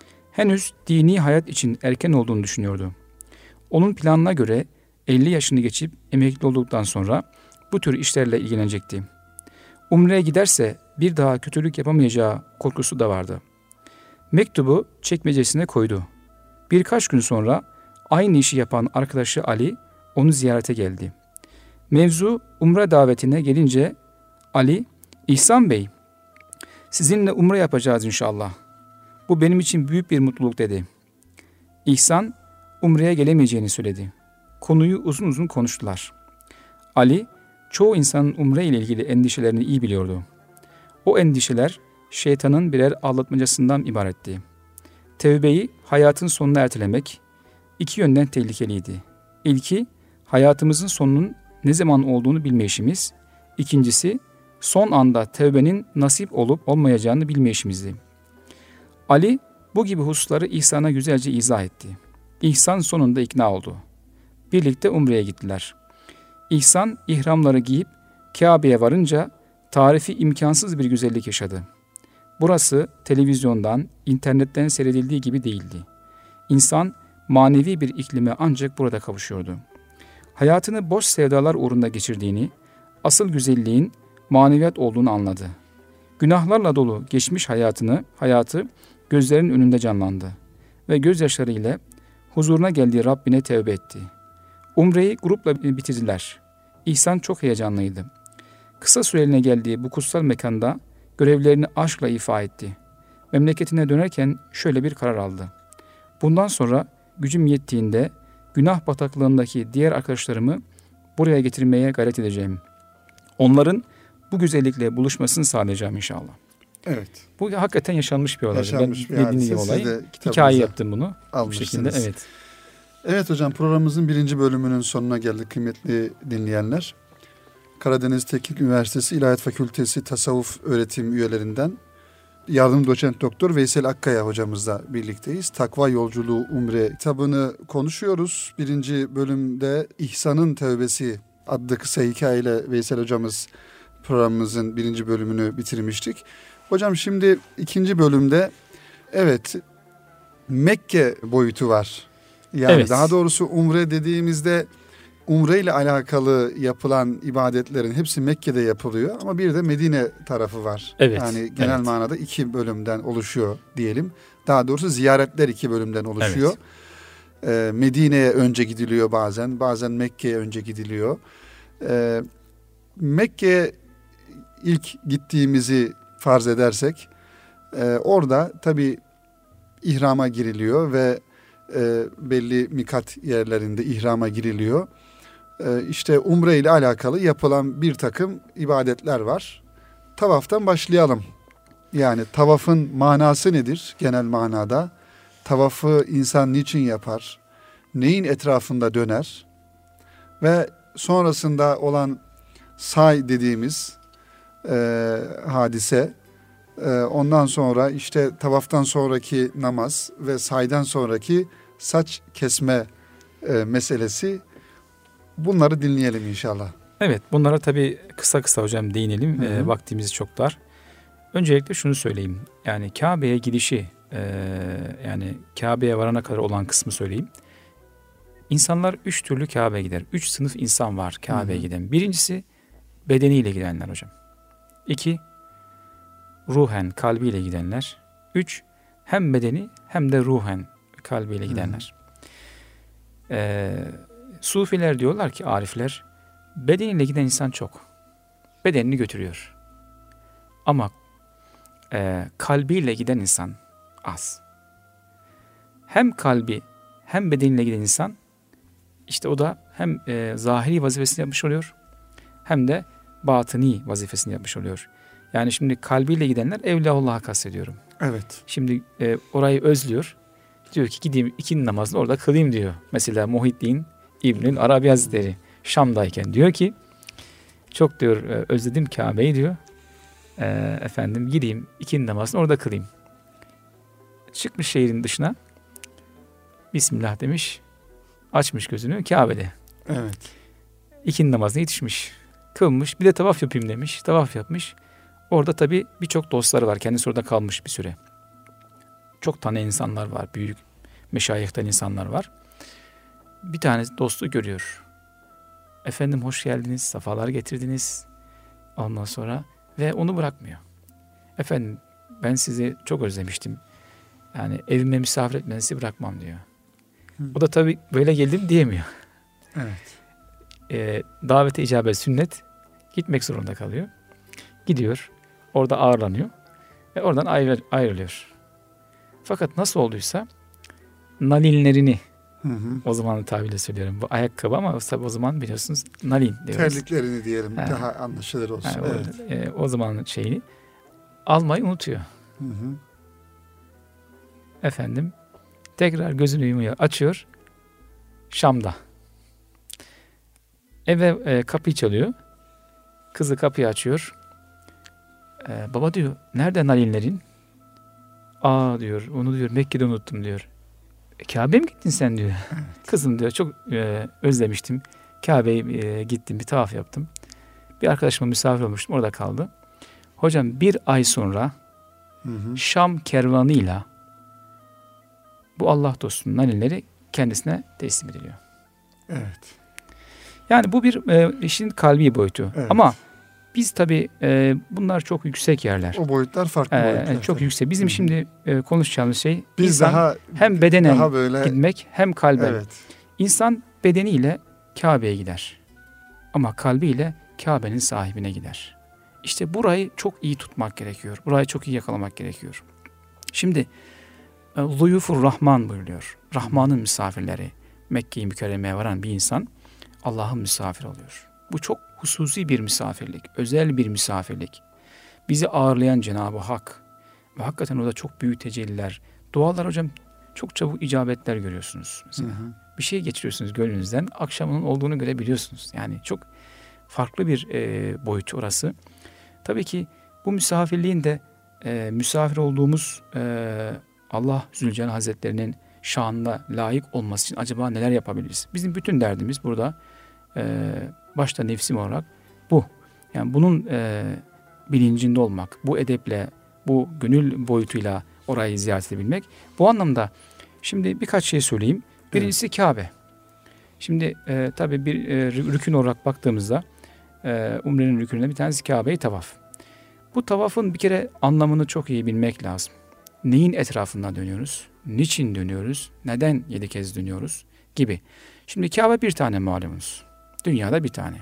S3: Henüz dini hayat için erken olduğunu düşünüyordu. Onun planına göre elli yaşını geçip emekli olduktan sonra bu tür işlerle ilgilenecekti. Umre'ye giderse bir daha kötülük yapamayacağı korkusu da vardı. Mektubu çekmecesine koydu. Birkaç gün sonra aynı işi yapan arkadaşı Ali onu ziyarete geldi. Mevzu umre davetine gelince Ali, "İhsan Bey, sizinle umre yapacağız inşallah. Bu benim için büyük bir mutluluk" dedi. İhsan, umreye gelemeyeceğini söyledi. Konuyu uzun uzun konuştular. Ali, çoğu insanın umre ile ilgili endişelerini iyi biliyordu. O endişeler şeytanın birer aldatmacasından ibaretti. Tevbeyi hayatın sonuna ertelemek iki yönden tehlikeliydi. İlki, hayatımızın sonunun ne zaman olduğunu bilmeyişimiz. İkincisi, son anda tevbenin nasip olup olmayacağını bilmeyişimizdi. Ali bu gibi hususları İhsan'a güzelce izah etti. İhsan sonunda ikna oldu. Birlikte umreye gittiler. İhsan ihramları giyip Kabe'ye varınca tarifi imkansız bir güzellik yaşadı. Burası televizyondan, internetten seyredildiği gibi değildi. İnsan manevi bir iklime ancak burada kavuşuyordu. Hayatını boş sevdalar uğrunda geçirdiğini, asıl güzelliğin maneviyat olduğunu anladı. Günahlarla dolu geçmiş hayatını, hayatı gözlerinin önünde canlandı ve gözyaşlarıyla huzuruna geldiği Rabbine tevbe etti. Umreyi grupla bitirdiler. İhsan çok heyecanlıydı. Kısa süreliğine geldiği bu kutsal mekanda görevlerini aşkla ifa etti. Memleketine dönerken şöyle bir karar aldı. Bundan sonra gücüm yettiğinde günah bataklığındaki diğer arkadaşlarımı buraya getirmeye gayret edeceğim. Onların bu güzellikle buluşmasını sağlayacağım inşallah.
S2: Evet. Bu
S3: hakikaten yaşanmış bir olay.
S2: Yaşanmış
S3: ben
S2: bir hadise.
S3: olay. Hikaye yaptım bunu. Bu şekilde, evet.
S2: Evet hocam, programımızın birinci bölümünün sonuna geldik kıymetli dinleyenler. Karadeniz Teknik Üniversitesi İlahiyat Fakültesi Tasavvuf Öğretim Üyelerinden Yardım Doçent Doktor Veysel Akkaya hocamızla birlikteyiz. Takva Yolculuğu Umre kitabını konuşuyoruz. Birinci bölümde İhsan'ın Tevbesi adlı kısa hikayeyle Veysel hocamız programımızın birinci bölümünü bitirmiştik. Hocam şimdi ikinci bölümde evet Mekke boyutu var. Yani evet. Daha doğrusu umre dediğimizde umre ile alakalı yapılan ibadetlerin hepsi Mekke'de yapılıyor ama bir de Medine tarafı var.
S3: Evet.
S2: Yani genel
S3: evet.
S2: manada iki bölümden oluşuyor diyelim. Daha doğrusu ziyaretler iki bölümden oluşuyor. Evet. Ee, Medine'ye önce gidiliyor bazen, bazen Mekke'ye önce gidiliyor. Ee, Mekke'ye ilk gittiğimizi farz edersek e, orada tabii ihrama giriliyor ve e, belli mikat yerlerinde ihrama giriliyor. E, işte umre ile alakalı yapılan bir takım ibadetler var. Tavaftan başlayalım. Yani tavafın manası nedir genel manada? Tavafı insan niçin yapar? Neyin etrafında döner? Ve sonrasında olan say dediğimiz e, hadise Ee, ondan sonra işte tavaftan sonraki namaz ve saydan sonraki saç kesme e, meselesi. Bunları dinleyelim inşallah.
S3: Evet, bunlara tabii kısa kısa hocam değinelim. Hı hı. E, vaktimiz çok dar. Öncelikle şunu söyleyeyim. Yani Kabe'ye gidişi, e, yani Kabe'ye varana kadar olan kısmı söyleyeyim. İnsanlar üç türlü Kabe'ye gider. Üç sınıf insan var Kabe'ye giden. Birincisi bedeniyle gidenler hocam. İki, ruhen, kalbiyle gidenler. Üç, hem bedeni hem de ruhen, kalbiyle gidenler. Ee, Sufiler diyorlar ki, arifler, bedeniyle giden insan çok. Bedenini götürüyor. Ama e, kalbiyle giden insan az. Hem kalbi hem bedeniyle giden insan, işte o da hem e, zahiri vazifesini yapmış oluyor, hem de batıni vazifesini yapmış oluyor. Yani şimdi kalbiyle gidenler Evliyaullah'a kastediyorum.
S2: Evet.
S3: Şimdi e, orayı özlüyor. Diyor ki gideyim ikindi namazını orada kılayım diyor. Mesela Muhyiddin İbnül Arabi Hazretleri Şam'dayken diyor ki, çok diyor özledim Kabe'yi diyor. E, efendim gideyim ikindi namazını orada kılayım. Çıkmış şehrin dışına. Bismillah demiş. Açmış gözünü Kabe'de.
S2: Evet.
S3: İkindi namazına yetişmiş. Kılmış. Bir de tavaf yapayım demiş. Tavaf yapmış. Orada tabii birçok dostları var. Kendisi orada kalmış bir süre. Çok tanıyan insanlar var. Büyük meşayihten insanlar var. Bir tane dostu görüyor. Efendim hoş geldiniz. Safalar getirdiniz. Ondan sonra ve onu bırakmıyor. Efendim ben sizi çok özlemiştim. Yani evime misafir etmenizi bırakmam diyor. Hı. O da tabii böyle geldim diyemiyor.
S2: Evet.
S3: Ee, davete icabet sünnet, gitmek zorunda kalıyor. Gidiyor. Orada ağırlanıyor. Ve oradan ayrı, ayrılıyor. Fakat nasıl olduysa nalinlerini, hı hı. o zamanın tabiriyle söylüyorum. Bu ayakkabı ama o zaman biliyorsunuz nalin diyoruz.
S2: Terliklerini diyelim, ha. Daha anlaşılır olsun.
S3: Ha,
S2: evet.
S3: o, e, o zamanın şeyini almayı unutuyor.
S2: Hı hı.
S3: Efendim tekrar gözünü yumuyor, açıyor. Şam'da. Eve e, kapıyı çalıyor. Kızı kapıyı açıyor. E, baba diyor, nerede nalinlerin? Aa diyor, onu diyor Mekke'de unuttum diyor. E, Kabe'ye mi gittin sen diyor.
S2: Evet.
S3: Kızım diyor, çok e, özlemiştim. Kabe'ye e, gittim, bir tavaf yaptım. Bir arkadaşıma misafir olmuştum, orada kaldı. Hocam bir ay sonra hı hı. Şam kervanıyla bu Allah dostunun nalinleri kendisine teslim ediliyor.
S2: Evet.
S3: Yani bu bir e, işin kalbi boyutu.
S2: Evet.
S3: Ama biz tabii e, bunlar çok yüksek yerler.
S2: O boyutlar farklı
S3: e,
S2: boyutlar.
S3: Çok tabii. Yüksek. Bizim Hı-hı. şimdi e, konuşacağımız şey
S2: biz
S3: insan
S2: daha
S3: hem bedenen
S2: daha böyle...
S3: gitmek hem kalben.
S2: Evet.
S3: İnsan bedeniyle Kabe'ye gider. Ama kalbiyle Kabe'nin sahibine gider. İşte burayı çok iyi tutmak gerekiyor. Burayı çok iyi yakalamak gerekiyor. Şimdi Zuyufur Rahman buyuruyor. Rahman'ın misafirleri. Mekke-i Mükerreme'ye varan bir insan Allah'ın misafir oluyor. Bu çok hususi bir misafirlik, özel bir misafirlik. Bizi ağırlayan Cenab-ı Hak ve hakikaten orada çok büyük tecelliler, dualar hocam, çok çabuk icabetler görüyorsunuz. Mesela hı hı. bir şey geçiriyorsunuz gönlünüzden, akşamının olduğunu görebiliyorsunuz. Yani çok farklı bir e, boyut orası. Tabii ki bu misafirliğin de e, misafir olduğumuz e, Allah Zülcelal Hazretlerinin şanına layık olması için acaba neler yapabiliriz? Bizim bütün derdimiz burada e, başta nefsim olarak bu. Yani bunun e, bilincinde olmak, bu edeple, bu gönül boyutuyla orayı ziyaret edebilmek. Bu anlamda şimdi birkaç şey söyleyeyim. Birincisi evet. Kabe. Şimdi e, tabii bir e, rükün olarak baktığımızda e, Umre'nin rükününden bir tanesi Kabe-i tavaf. Bu tavafın bir kere anlamını çok iyi bilmek lazım. Neyin etrafından dönüyoruz? Niçin dönüyoruz? Neden yedi kez dönüyoruz? Gibi. Şimdi Kabe bir tane malumunuz. Dünyada bir tane.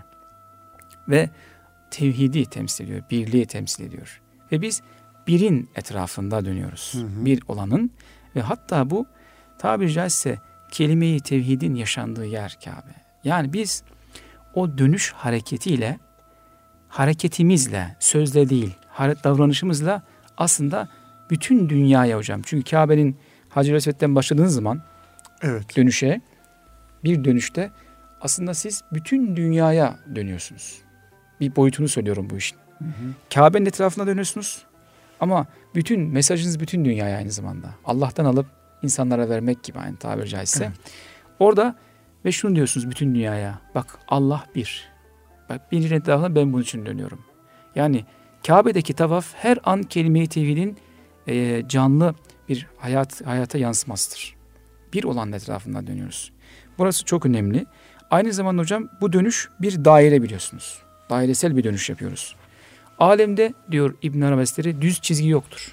S3: Ve tevhidi temsil ediyor. Birliği temsil ediyor. Ve biz birin etrafında dönüyoruz. Hı hı. Bir olanın ve hatta bu tabiri caizse kelime-i tevhidin yaşandığı yer Kabe. Yani biz o dönüş hareketiyle, hareketimizle, sözle değil, davranışımızla aslında bütün dünyaya hocam. Çünkü Kabe'nin Hacer-i Esved'den başladığınız zaman evet. dönüşe, bir dönüşte aslında siz bütün dünyaya dönüyorsunuz. Bir boyutunu söylüyorum bu işin. Hı hı. Kabe'nin etrafına dönüyorsunuz. Ama bütün mesajınız bütün dünyaya aynı zamanda. Allah'tan alıp insanlara vermek gibi aynı tabiri caizse. Evet. Orada ve şunu diyorsunuz bütün dünyaya. Bak Allah bir. Bak birinci etrafına ben bunun için dönüyorum. Yani Kabe'deki tavaf her an kelime-i tevhidin e, canlı bir hayat hayata yansımasıdır. Bir olan etrafından dönüyoruz. Burası çok önemli. Aynı zamanda hocam bu dönüş bir daire biliyorsunuz. Dairesel bir dönüş yapıyoruz. Alemde diyor İbn Arabi düz çizgi yoktur.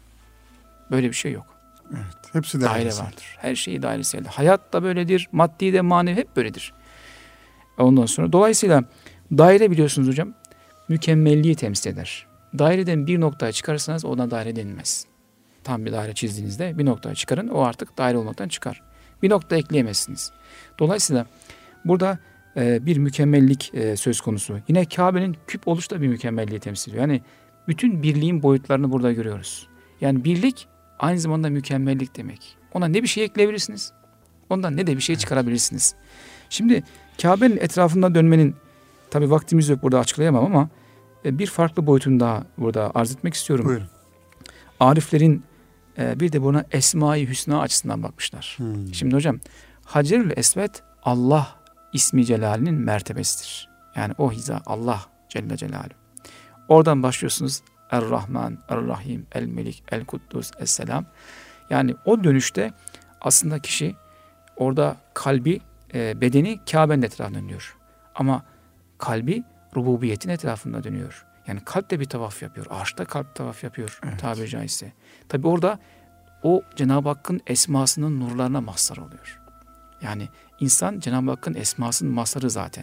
S3: Böyle bir şey yok.
S2: Evet, hepsi
S3: daire
S2: dairesel.
S3: vardır. Her şeyi dairesel. Hayat da böyledir, maddi de manevi hep böyledir. Ondan sonra dolayısıyla daire biliyorsunuz hocam mükemmelliği temsil eder. Daireden bir noktaya çıkarırsanız ona daire denilmez. Tam bir daire çizdiğinizde bir noktaya çıkarın, o artık daire olmaktan çıkar. Bir nokta ekleyemezsiniz. Dolayısıyla burada e, bir mükemmellik e, söz konusu. Yine Kabe'nin küp oluşu da bir mükemmelliği temsil ediyor. Yani bütün birliğin boyutlarını burada görüyoruz. Yani birlik aynı zamanda mükemmellik demek. Ona ne bir şey ekleyebilirsiniz, ondan ne de bir şey çıkarabilirsiniz. Şimdi Kabe'nin etrafında dönmenin, tabii vaktimiz yok burada açıklayamam ama bir farklı boyutunu daha burada arz etmek istiyorum.
S2: Buyurun.
S3: Ariflerin bir de buna Esma-i Hüsna açısından bakmışlar. Hmm. Şimdi hocam Hacerül Esved Allah ismi celalinin mertebesidir. Yani o hiza Allah Celle Celaluhu. Oradan başlıyorsunuz Er-Rahman, Er-Rahim, El-Melik, El-Kuddus, Es-Selam. Yani o dönüşte aslında kişi orada kalbi, e, bedeni Kabe'nin etrafında dönüyor. Ama kalbi rububiyetin etrafında dönüyor. Yani kalp de bir tavaf yapıyor. Arş da kalp tavaf yapıyor. Evet. Tabiri caizse. Tabi orada o Cenab-ı Hakk'ın esmasının nurlarına mazhar oluyor. Yani insan Cenab-ı Hakk'ın esmasının mazharı zaten.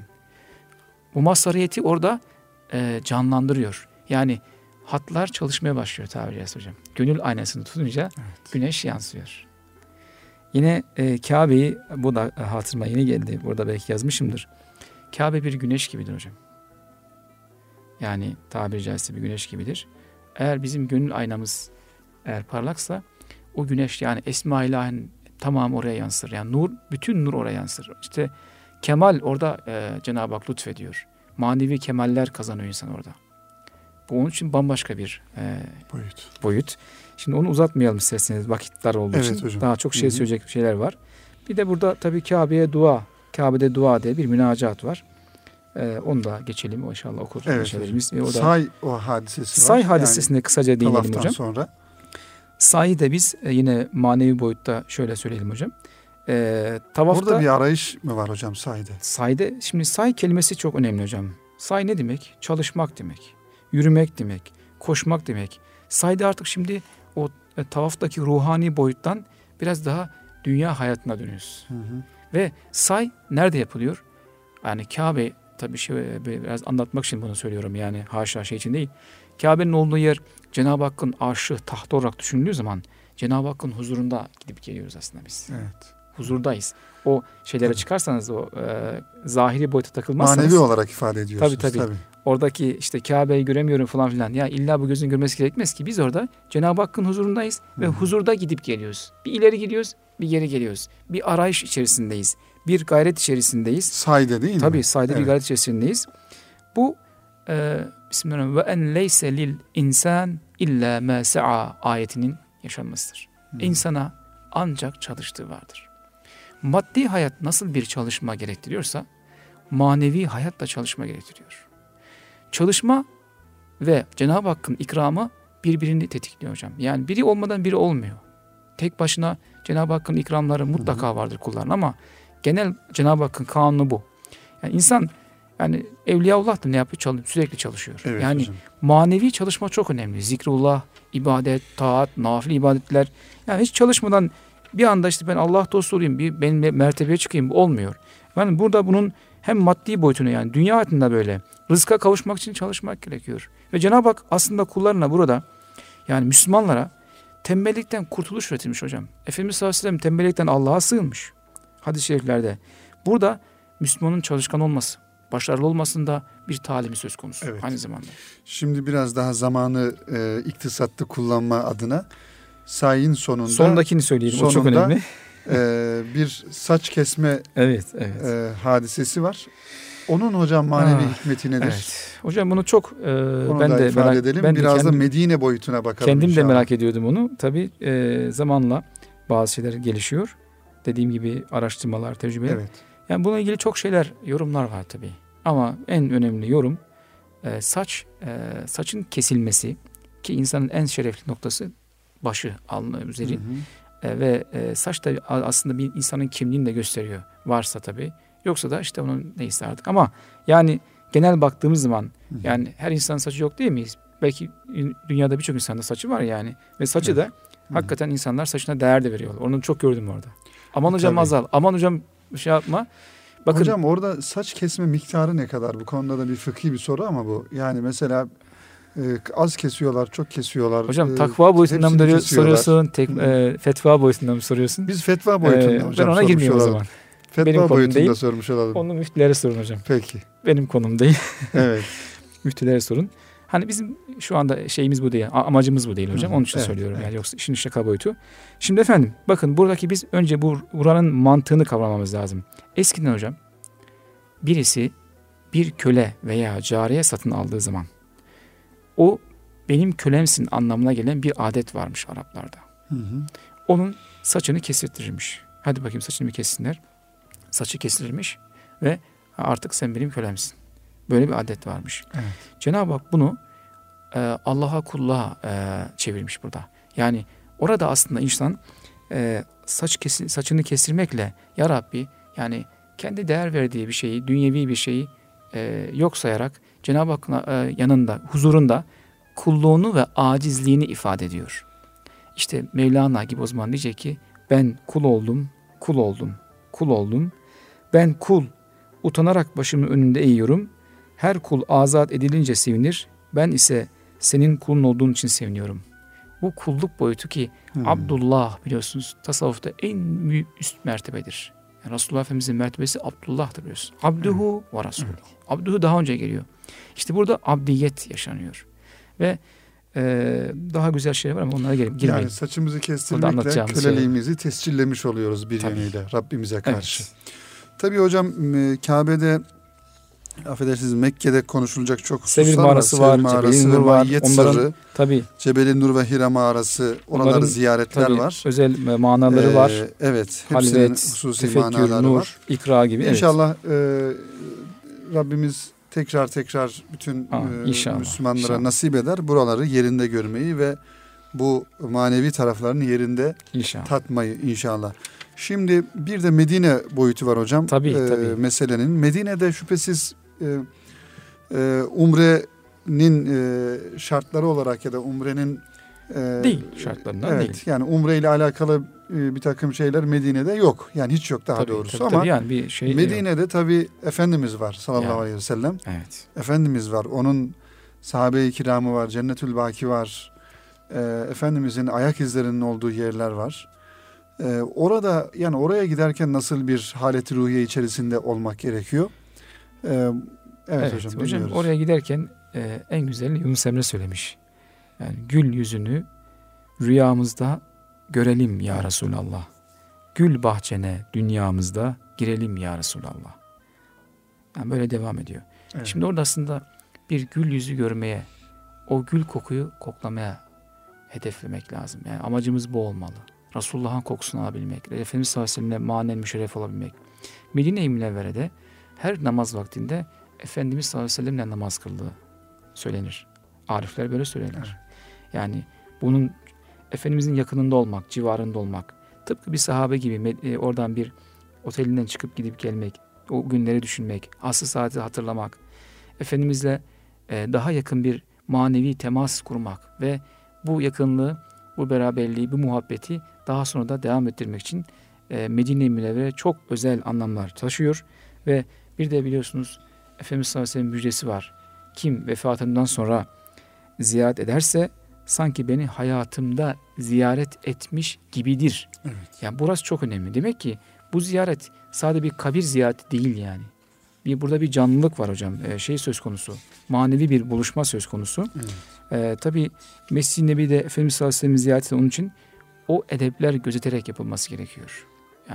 S3: Bu mazhariyeti orada e, canlandırıyor. Yani hatlar çalışmaya başlıyor tabiri caizse hocam. Gönül aynasını tutunca evet. Güneş yansıyor. Yine e, Kabe'yi, bu da hatırıma yeni geldi. Burada belki yazmışımdır. Kabe bir güneş gibidir hocam. Yani tabiri caizse bir güneş gibidir. Eğer bizim gönül aynamız eğer parlaksa o güneş yani Esma-i İlahi'nin tamamı oraya yansır. Yani nur, bütün nur oraya yansır. İşte kemal orada e, Cenab-ı Hak lütfediyor. Manevi kemaller kazanıyor insan orada. Bu onun için bambaşka bir e,
S2: boyut.
S3: boyut. Şimdi onu uzatmayalım isterseniz vakitler olduğu
S2: evet,
S3: için.
S2: Hocam.
S3: Daha çok şey
S2: Hı-hı.
S3: söyleyecek şeyler var. Bir de burada tabii Kabe'ye dua, Kabe'de dua diye bir münacat var. Ee, onu da geçelim o inşallah okuruz.
S2: Evet
S3: o da,
S2: say o hadisesi
S3: say
S2: var.
S3: Say hadisesine yani, kısaca değinelim hocam.
S2: Sonra.
S3: Sayı da biz e, yine manevi boyutta şöyle söyleyelim hocam. Ee, tavafta,
S2: Burada bir arayış mı var hocam sayda?
S3: Sayda, şimdi say kelimesi çok önemli hocam. Say ne demek? Çalışmak demek. Yürümek demek. Koşmak demek. Sayda artık şimdi o e, tavaftaki ruhani boyuttan biraz daha dünya hayatına dönüyoruz. Hı hı. Ve say nerede yapılıyor? Yani Kabe, tabii şey, biraz anlatmak için bunu söylüyorum yani haşa şey için değil. Kabe'nin olduğu yer Cenab-ı Hakk'ın arşı, tahtı olarak düşünüldüğü zaman Cenab-ı Hakk'ın huzurunda gidip geliyoruz aslında biz.
S2: Evet.
S3: Huzurdayız. O şeylere tabii. çıkarsanız o e, zahiri boyuta takılmazsanız.
S2: Manevi olarak ifade ediyorsunuz.
S3: Tabii tabii. tabii. Oradaki işte Kabe'yi göremiyorum falan filan. Ya illa bu gözün görmesi gerekmez ki. Biz orada Cenab-ı Hakk'ın huzurundayız Hı-hı. ve huzurda gidip geliyoruz. Bir ileri gidiyoruz, bir geri geliyoruz. Bir arayış içerisindeyiz. Bir gayret içerisindeyiz.
S2: Sayda değil mi?
S3: Tabii sayda evet. bir gayret içerisindeyiz. Bu e, Bismillahirrahmanirrahim ve en leyse lil insan illa ma sa'a ayetinin yaşanmasıdır. Hı-hı. İnsana ancak çalıştığı vardır. Maddi hayat nasıl bir çalışma gerektiriyorsa manevi hayat da çalışma gerektiriyor. Çalışma ve Cenab-ı Hakk'ın ikramı birbirini tetikliyor hocam. Yani biri olmadan biri olmuyor. Tek başına Cenab-ı Hakk'ın ikramları mutlaka vardır kulların ama genel Cenab-ı Hakk'ın kanunu bu. Yani insan yani Evliyaullah da ne yapıyor? Çalış, sürekli çalışıyor.
S2: Evet,
S3: yani
S2: hocam.
S3: Manevi çalışma çok önemli. Zikrullah, ibadet, taat, nafile ibadetler. Yani hiç çalışmadan bir anda işte ben Allah dostu olayım, bir benim mertebeye çıkayım olmuyor. Yani burada bunun hem maddi boyutunu yani dünya hayatında böyle rızka kavuşmak için çalışmak gerekiyor. Ve Cenab-ı Hak aslında kullarına burada yani Müslümanlara tembellikten kurtuluş üretilmiş hocam. Efendimiz sallallahu aleyhi ve sellem tembellikten Allah'a sığınmış. Hadis-i şeriflerde. Burada Müslümanın çalışkan olması, başarılı olmasında bir talimi söz konusu
S2: evet.
S3: aynı zamanda.
S2: Şimdi biraz daha zamanı e, iktisatlı kullanma adına sayın sonunda
S3: sondakini söyleyelim.
S2: Sonunda,
S3: o çok önemli.
S2: e, bir saç kesme
S3: evet, evet.
S2: E, hadisesi var. Onun hocam manevi
S3: Aa,
S2: hikmeti nedir?
S3: Evet. Hocam bunu çok e,
S2: onu
S3: ben
S2: da
S3: de
S2: ifade
S3: merak
S2: edelim.
S3: ben
S2: Biraz
S3: kendim,
S2: da Medine boyutuna bakalım.
S3: Kendim
S2: inşallah.
S3: de merak ediyordum onu. Tabii e, zamanla bazı şeyler gelişiyor. Dediğim gibi araştırmalar, tecrübeler.
S2: Evet.
S3: Yani bununla ilgili çok şeyler, yorumlar var tabii. Ama en önemli yorum e, saç, e, saçın kesilmesi ki insanın en şerefli noktası başı, alnı üzeri.
S2: Hı hı.
S3: E, ve e, saç da aslında bir insanın kimliğini de gösteriyor. Varsa tabii. Yoksa da işte onun neyse artık. Ama yani genel baktığımız zaman hı hı. yani her insanın saçı yok değil miyiz? Belki dünyada birçok insanda saçı var yani. Ve saçı evet. da hı. hakikaten insanlar saçına değer de veriyorlar. Onu çok gördüm orada. Aman hocam tabii. azal. Aman hocam şey yapma. Bakın,
S2: hocam orada saç kesme miktarı ne kadar? Bu konuda da bir fıkhi bir soru ama bu. Yani mesela e, az kesiyorlar, çok kesiyorlar.
S3: Hocam
S2: e,
S3: takva boyutundan mı soruyorsun? Tek, e, fetva boyutundan mı soruyorsun?
S2: Biz fetva boyutunda
S3: e,
S2: hocam
S3: ben ona girmiyorum o zaman.
S2: Fetva
S3: Benim
S2: boyutunda
S3: değil.
S2: sormuş olalım.
S3: Onu müftülere sorun hocam.
S2: Peki.
S3: Benim konum değil.
S2: Evet.
S3: Müftülere sorun. Hani bizim şu anda şeyimiz bu değil. Amacımız bu değil hocam. Onun için evet, söylüyorum. Evet. Yani yoksa işin şaka boyutu. Şimdi efendim bakın buradaki biz önce bu buranın mantığını kavramamız lazım. Eskiden hocam birisi bir köle veya cariye satın aldığı zaman o benim kölemsin anlamına gelen bir adet varmış Araplarda.
S2: Hı hı.
S3: Onun saçını kestirtirmiş. Hadi bakayım saçını bir kessinler. Saçı kesilir ve artık sen benim kölemsin. Böyle bir adet varmış.
S2: Evet.
S3: Cenab-ı Hak bunu e, Allah'a kulluğa e, çevirmiş burada. Yani orada aslında insan e, saç kesi, saçını kestirmekle ya Rabbi yani kendi değer verdiği bir şeyi, dünyevi bir şeyi e, yok sayarak Cenab-ı Hakk'ın e, yanında, huzurunda kulluğunu ve acizliğini ifade ediyor. İşte Mevlana gibi o zaman diyecek ki ben kul oldum, kul oldum, kul oldum. Ben kul, utanarak başımın önünde eğiyorum. Her kul azat edilince sevinir. Ben ise senin kulun olduğun için seviniyorum. Bu kulluk boyutu ki hmm. Abdullah biliyorsunuz tasavvufta en büyük üst mertebedir. Yani Resulullah Efendimiz'in mertebesi Abdullah'tır biliyorsunuz. Abduhu hmm. ve Resulü. Hmm. Abduhu daha önce geliyor. İşte burada abdiyet yaşanıyor. Ve e, daha güzel şeyler var ama onlara gelip girmeyin.
S2: Yani saçımızı kestirmekle köleliğimizi şey. tescillemiş oluyoruz bir Tabii. yönüyle Rabbimize karşı. Evet. Tabii hocam Kabe'de affedersiniz Mekke'de konuşulacak çok hususlar
S3: Sevir mağarası var.
S2: var. Cebel-i Nur var. Onların sırrı,
S3: tabii.
S2: Cebel-i Nur ve Hira mağarası. Oraları ziyaretler
S3: tabii,
S2: var.
S3: Özel manaları ee, var.
S2: Evet. Hepsinin Halvet, hususi tefekkür, manaları nur, var.
S3: İkra gibi.
S2: İnşallah evet. e, Rabbimiz tekrar tekrar bütün
S3: Aa,
S2: e,
S3: inşallah,
S2: Müslümanlara
S3: inşallah.
S2: nasip eder. Buraları yerinde görmeyi ve bu manevi taraflarını yerinde
S3: inşallah. tatmayı
S2: inşallah. Şimdi bir de Medine boyutu var hocam.
S3: Tabii,
S2: ee,
S3: tabii.
S2: Meselenin. Medine'de şüphesiz e, e, umrenin e, şartları olarak ya da umrenin e,
S3: değil şartlarından
S2: evet,
S3: değil.
S2: Yani umre ile alakalı e, bir takım şeyler Medine'de yok. Yani hiç yok daha
S3: tabii,
S2: doğrusu
S3: tabii,
S2: ama
S3: tabii yani bir şey
S2: Medine'de
S3: yok.
S2: tabii Efendimiz var sallallahu
S3: yani,
S2: aleyhi ve sellem.
S3: Evet.
S2: Efendimiz var. Onun sahabe-i kiramı var. Cennetül Baki var. E, Efendimizin ayak izlerinin olduğu yerler var. Ee, orada yani oraya giderken nasıl bir halet-i ruhiye içerisinde olmak gerekiyor? Ee, evet, evet hocam.
S3: Hocam
S2: dinliyoruz.
S3: Oraya giderken e, en güzel Yunus Emre söylemiş. Yani gül yüzünü rüyamızda görelim ya Resulallah. Gül bahçene dünyamızda girelim ya Resulallah. Yani böyle devam ediyor. Evet. Şimdi orada aslında bir gül yüzü görmeye, o gül kokuyu koklamaya hedeflemek lazım. Yani amacımız bu olmalı. Resulullah'ın kokusunu alabilmek, Efendimiz sallallahu aleyhi ve sellem'le manen müşerref olabilmek. Medine-i Münevvere'de her namaz vaktinde Efendimiz sallallahu aleyhi ve sellem'le namaz kıldığı söylenir. Arifler böyle söylenir. Yani bunun Efendimizin yakınında olmak, civarında olmak, tıpkı bir sahabe gibi oradan bir otelinden çıkıp gidip gelmek, o günleri düşünmek, asr saati hatırlamak, Efendimizle daha yakın bir manevi temas kurmak ve bu yakınlığı, bu beraberliği, bu muhabbeti daha sonra da devam ettirmek için e, Medine-i Münevvere çok özel anlamlar taşıyor. Ve bir de biliyorsunuz Efendimiz sallallahu aleyhi ve sellem müjdesi var. Kim vefatından sonra ziyaret ederse sanki beni hayatımda ziyaret etmiş gibidir.
S2: Evet.
S3: Yani burası çok önemli. Demek ki bu ziyaret sadece bir kabir ziyareti değil yani. Bir, burada bir canlılık var hocam. E, şey söz konusu. Manevi bir buluşma söz konusu. Evet. E, tabii Mescid-i Nebi'de Efendimiz sallallahu aleyhi ve sellem ziyareti onun için o edepler gözeterek yapılması gerekiyor. Yani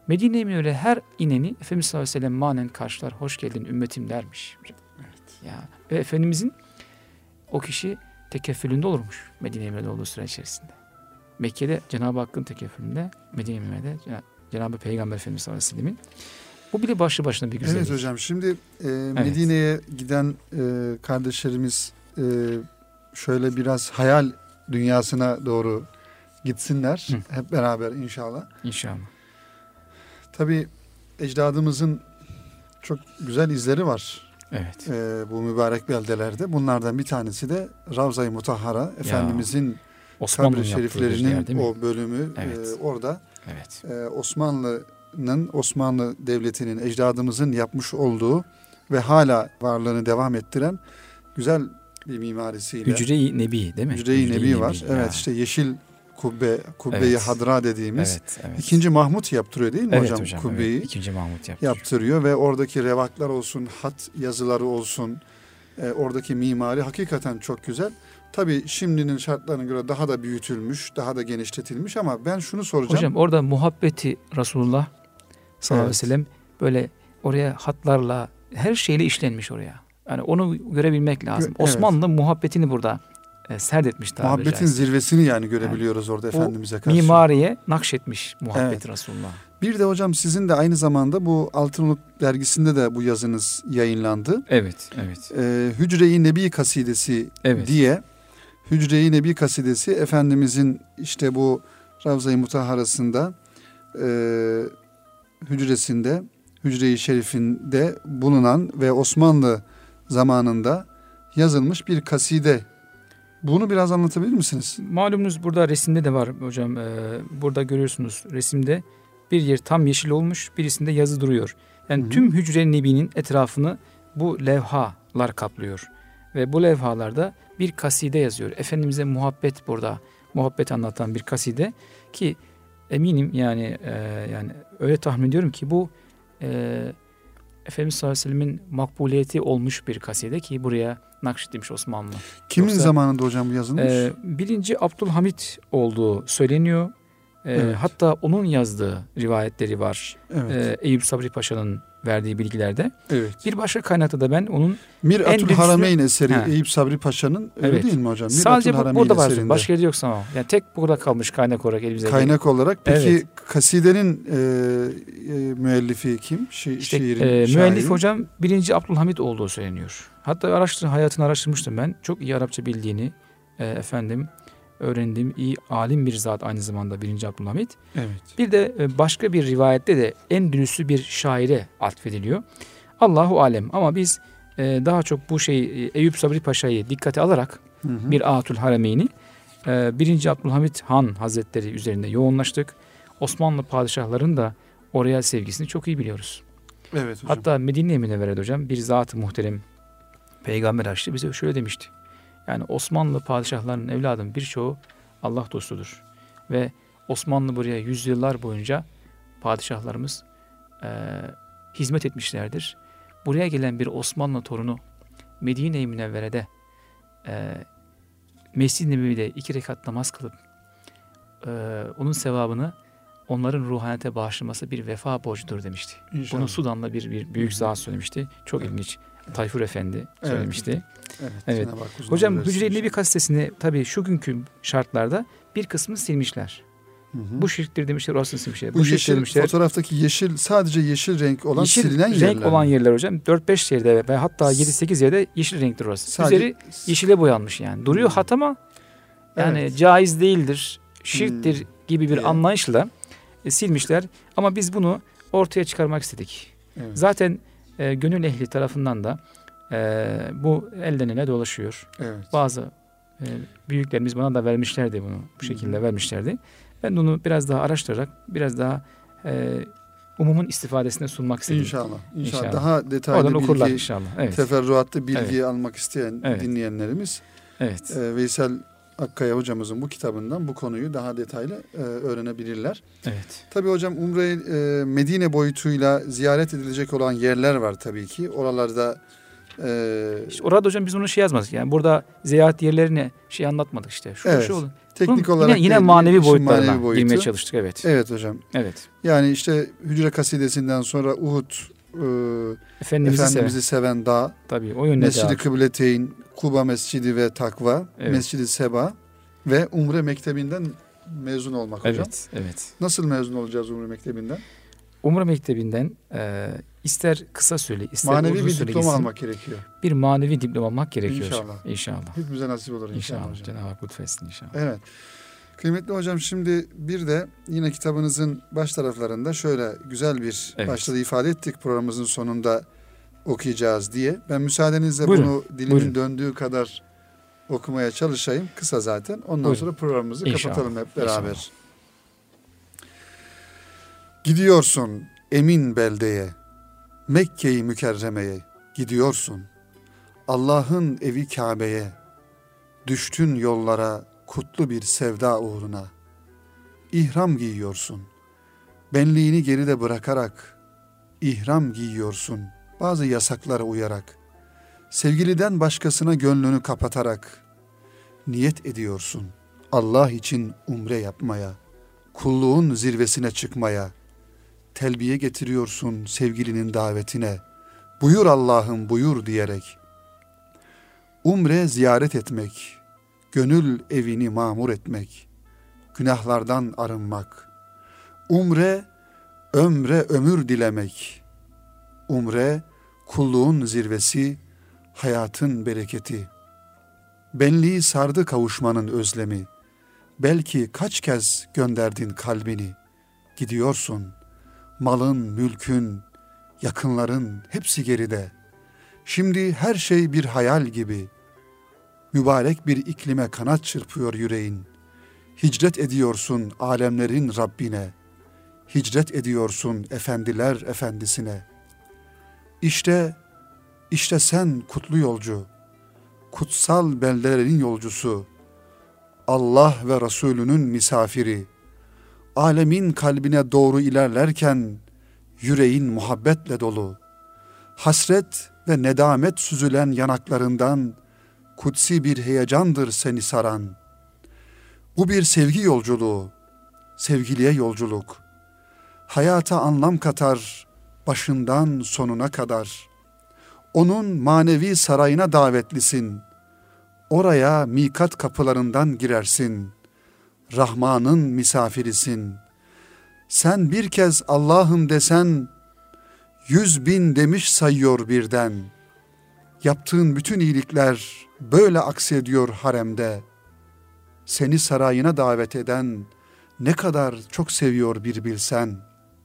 S3: Medine-i Münevvere her ineni Efendimiz sallallahu aleyhi ve sellem manen karşılar. Hoş geldin ümmetim dermiş.
S2: Evet.
S3: Ya, ve Efendimizin o kişi tekeffülünde olurmuş Medine-i Münevvere'de olduğu süre içerisinde. Mekke'de Cenab-ı Hakk'ın tekeffülünde, Medine-i Münevvere'de Cenab-ı Peygamber Efendimiz sallallahu aleyhi ve sellemin. Bu bile başlı başına bir güzellik.
S2: Evet hocam, şimdi e, Medine'ye giden e, kardeşlerimiz e, şöyle biraz hayal dünyasına doğru gitsinler. Hı. Hep beraber inşallah.
S3: İnşallah.
S2: Tabii ecdadımızın çok güzel izleri var.
S3: Evet.
S2: E, bu mübarek beldelerde. Bunlardan bir tanesi de Ravza-i Mutahhara, ya, Efendimizin kabri şeriflerinin yer, o bölümü evet. e, orada.
S3: Evet.
S2: E, Osmanlı'nın, Osmanlı Devleti'nin, ecdadımızın yapmış olduğu ve hala varlığını devam ettiren güzel bir mimarisiyle.
S3: Hücre-i Nebi değil mi?
S2: Hücre-i Nebi, Nebi var.
S3: Ya.
S2: Evet, işte yeşil kubbe, kubbe-i evet. hadra dediğimiz.
S3: Evet, evet.
S2: İkinci Mahmut yaptırıyor değil mi
S3: evet,
S2: hocam?
S3: hocam
S2: Kubbeyi
S3: evet. İkinci Mahmut yaptırıyor.
S2: yaptırıyor ve oradaki revaklar olsun, hat yazıları olsun, e, oradaki mimari hakikaten çok güzel. Tabii şimdinin şartlarına göre daha da büyütülmüş, daha da genişletilmiş ama ben şunu soracağım.
S3: Hocam orada muhabbeti Resulullah sallallahu aleyhi ve sellem böyle oraya hatlarla, her şeyle işlenmiş oraya. Yani onu görebilmek lazım. Evet. Osmanlı muhabbetini burada e, serdetmiş.
S2: Muhabbetin caizse. Zirvesini yani görebiliyoruz yani, orada Efendimiz'e karşı.
S3: Mimariye nakşetmiş muhabbeti evet. Resulullah.
S2: Bir de hocam sizin de aynı zamanda bu Altınoluk dergisinde de bu yazınız yayınlandı.
S3: Evet, evet.
S2: Ee, Hücre-i Nebi kasidesi evet. diye. Hücre-i Nebi kasidesi Efendimizin işte bu Ravza-i Mutahharasında e, hücresinde, Hücre-i Şerif'inde bulunan ve Osmanlı zamanında yazılmış bir kaside. Bunu biraz anlatabilir misiniz?
S3: Malumunuz burada resimde de var hocam. Ee, burada görüyorsunuz resimde bir yer tam yeşil olmuş, birisinde yazı duruyor. Yani hı hı. tüm Hücre-i Nebi'nin etrafını bu levhalar kaplıyor. Ve bu levhalarda bir kaside yazıyor. Efendimiz'e muhabbet burada. Muhabbet anlatan bir kaside ki eminim yani e, yani öyle tahmin ediyorum ki bu e, Efendimiz sallallahu aleyhi ve sellemin makbuliyeti olmuş bir kaside ki buraya nakşedilmiş Osmanlı.
S2: Kimin
S3: Yoksa,
S2: zamanında hocam bu yazılmış?
S3: E, birinci Abdülhamit olduğu söyleniyor. E, evet. Hatta onun yazdığı rivayetleri var. Evet. E, Eyüp Sabri Paşa'nın verdiği bilgilerde.
S2: Evet.
S3: Bir başka kaynakta da ben onun
S2: Mir'atül Harameyn eseri ha. Eyüp Sabri Paşa'nın öyle evet. değil mi hocam? Mir'atül
S3: Sadece bu, burada var.
S2: Eserinde.
S3: Başka yerde yoksa o. Yani tek burada kalmış kaynak olarak elimizde.
S2: Kaynak değil. Olarak. Peki
S3: evet.
S2: kasidenin e, e, müellifi kim? Şi,
S3: işte,
S2: şiirin,
S3: e, müellif hocam birinci Abdülhamit olduğu söyleniyor. Hatta araştır, hayatını araştırmıştım ben. Çok iyi Arapça bildiğini e, efendim öğrendiğim iyi alim bir zat aynı zamanda birinci Abdülhamit.
S2: Evet.
S3: Bir de başka bir rivayette de Endülüslü bir şaire atfediliyor. Allahu alem ama biz e, daha çok bu şey Eyüp Sabri Paşa'yı dikkate alarak hı hı. bir Atül Harameyni e, birinci Abdülhamit Han Hazretleri üzerinde yoğunlaştık. Osmanlı padişahlarının da oraya sevgisini çok iyi biliyoruz.
S2: Evet hocam.
S3: Hatta Medine-i Münevvere'de hocam bir zat-ı muhterem Peygamber Haçlı bize şöyle demişti. Yani Osmanlı padişahlarının evladım birçoğu Allah dostudur. Ve Osmanlı buraya yüzyıllar boyunca padişahlarımız e, hizmet etmişlerdir. Buraya gelen bir Osmanlı torunu Medine-i Münevvere'de e, Mescid-i Nebevi'de iki rekat namaz kılıp e, onun sevabını onların ruhaniyete bağışlaması bir vefa borcudur demişti. İnşallah. Bunu Sudan'da bir, bir büyük zat söylemişti. Çok evet. ilginç. Tayfur Efendi söylemişti.
S2: Evet.
S3: evet. evet. Hocam Hücre-i Nebi kasitesini tabii şu günkü şartlarda bir kısmını silmişler. Hı hı. Bu şirktir demişler, orasını silmişler.
S2: Bu, bu yeşil, demişler. Fotoğraftaki yeşil, sadece yeşil renk olan
S3: yeşil
S2: silinen
S3: renk
S2: yerler.
S3: Renk olan yerler hocam. dört beş yerde ve hatta yedi sekiz yerde yeşil renktir orası. Sadece, üzeri yeşile boyanmış yani. Duruyor hat ama yani evet. caiz değildir, şirktir hmm. gibi bir evet. anlayışla e, silmişler. Ama biz bunu ortaya çıkarmak istedik. Evet. Zaten e, gönül ehli tarafından da e, bu elden ele dolaşıyor.
S2: Evet.
S3: Bazı e, büyüklerimiz bana da vermişlerdi bunu. Bu şekilde hmm. vermişlerdi. Ben bunu biraz daha araştırarak biraz daha e, umumun istifadesine sunmak istedim.
S2: İnşallah. İnşallah. İnşallah. Daha detaylı
S3: Oradan
S2: bilgi,
S3: inşallah. Evet.
S2: teferruatlı bilgi evet. almak isteyen
S3: evet.
S2: dinleyenlerimiz
S3: evet.
S2: e, Veysel Akkaya hocamızın bu kitabından bu konuyu daha detaylı e, öğrenebilirler.
S3: Evet.
S2: Tabii hocam Umre e, Medine boyutuyla ziyaret edilecek olan yerler var tabii ki. Oralarda Ee,
S3: İşte orada hocam biz bunu şey yazmadık. Yani burada ziyaret yerlerini şey anlatmadık işte. Şu,
S2: evet.
S3: şu olun.
S2: Teknik
S3: Bunun
S2: olarak
S3: yine, yine
S2: değil,
S3: manevi
S2: işin
S3: boyutlarına
S2: manevi boyutu.
S3: girmeye çalıştık. Evet.
S2: Evet hocam.
S3: Evet.
S2: Yani işte Hücre Kasidesi'nden sonra Uhud, e,
S3: Efendimiz'i,
S2: Efendimiz'i
S3: seven.
S2: seven dağ,
S3: Tabii o yönde
S2: Mescid-i
S3: devam.
S2: Kıbleteyn, Kuba Mescidi ve Takva,
S3: Evet.
S2: Mescid-i Seba ve Umre Mektebi'nden mezun olmak hocam.
S3: Evet, evet.
S2: Nasıl mezun olacağız Umre Mektebi'nden?
S3: Umre Mektebi'nden e, ister kısa süre, ister
S2: Manevi
S3: uzun
S2: bir
S3: süre
S2: diploma
S3: gitsin,
S2: almak gerekiyor.
S3: bir manevi diploma almak gerekiyor.
S2: İnşallah.
S3: İnşallah.
S2: Hepimize nasip olur inşallah,
S3: İnşallah.
S2: hocam.
S3: Cenab-ı Hak lütfetsin inşallah.
S2: Evet. Kıymetli hocam, şimdi bir de yine kitabınızın baş taraflarında şöyle güzel bir
S3: Evet.
S2: başta ifade ettik, programımızın sonunda okuyacağız diye. Ben müsaadenizle
S3: Buyurun,
S2: bunu dilimin
S3: buyurun.
S2: döndüğü kadar okumaya çalışayım. Kısa zaten. Ondan
S3: Buyurun.
S2: sonra programımızı
S3: İnşallah.
S2: kapatalım hep beraber.
S3: İnşallah.
S2: Gidiyorsun emin beldeye, Mekke-i Mükerreme'ye gidiyorsun. Allah'ın evi Kabe'ye, düştün yollara kutlu bir sevda uğruna. İhram giyiyorsun, benliğini geride bırakarak, ihram giyiyorsun bazı yasaklara uyarak. Sevgiliden başkasına gönlünü kapatarak, niyet ediyorsun Allah için umre yapmaya, kulluğun zirvesine çıkmaya. Telbiye getiriyorsun sevgilinin davetine, buyur Allah'ım buyur diyerek. Umre ziyaret etmek, gönül evini mamur etmek, günahlardan arınmak. Umre, ömre ömür dilemek. Umre, kulluğun zirvesi, hayatın bereketi. Benliği sardı kavuşmanın özlemi. Belki kaç kez gönderdin kalbini. Gidiyorsun, malın, mülkün, yakınların hepsi geride. Şimdi her şey bir hayal gibi. Mübarek bir iklime kanat çırpıyor yüreğin. Hicret ediyorsun alemlerin Rabbine. Hicret ediyorsun efendiler efendisine. İşte, işte sen kutlu yolcu, kutsal beldelerin yolcusu, Allah ve Resulünün misafiri, alemin kalbine doğru ilerlerken yüreğin muhabbetle dolu, hasret ve nedamet süzülen yanaklarından kutsi bir heyecandır seni saran. Bu bir sevgi yolculuğu, sevgiliye yolculuk. Hayata anlam katar başından sonuna kadar. Onun manevi sarayına davetlisin. Oraya mikat kapılarından girersin. Rahman'ın misafirisin. Sen bir kez Allah'ım desen, yüz bin demiş sayıyor birden. Yaptığın bütün iyilikler böyle aksediyor haremde. Seni sarayına davet eden ne kadar çok seviyor bir bilsen.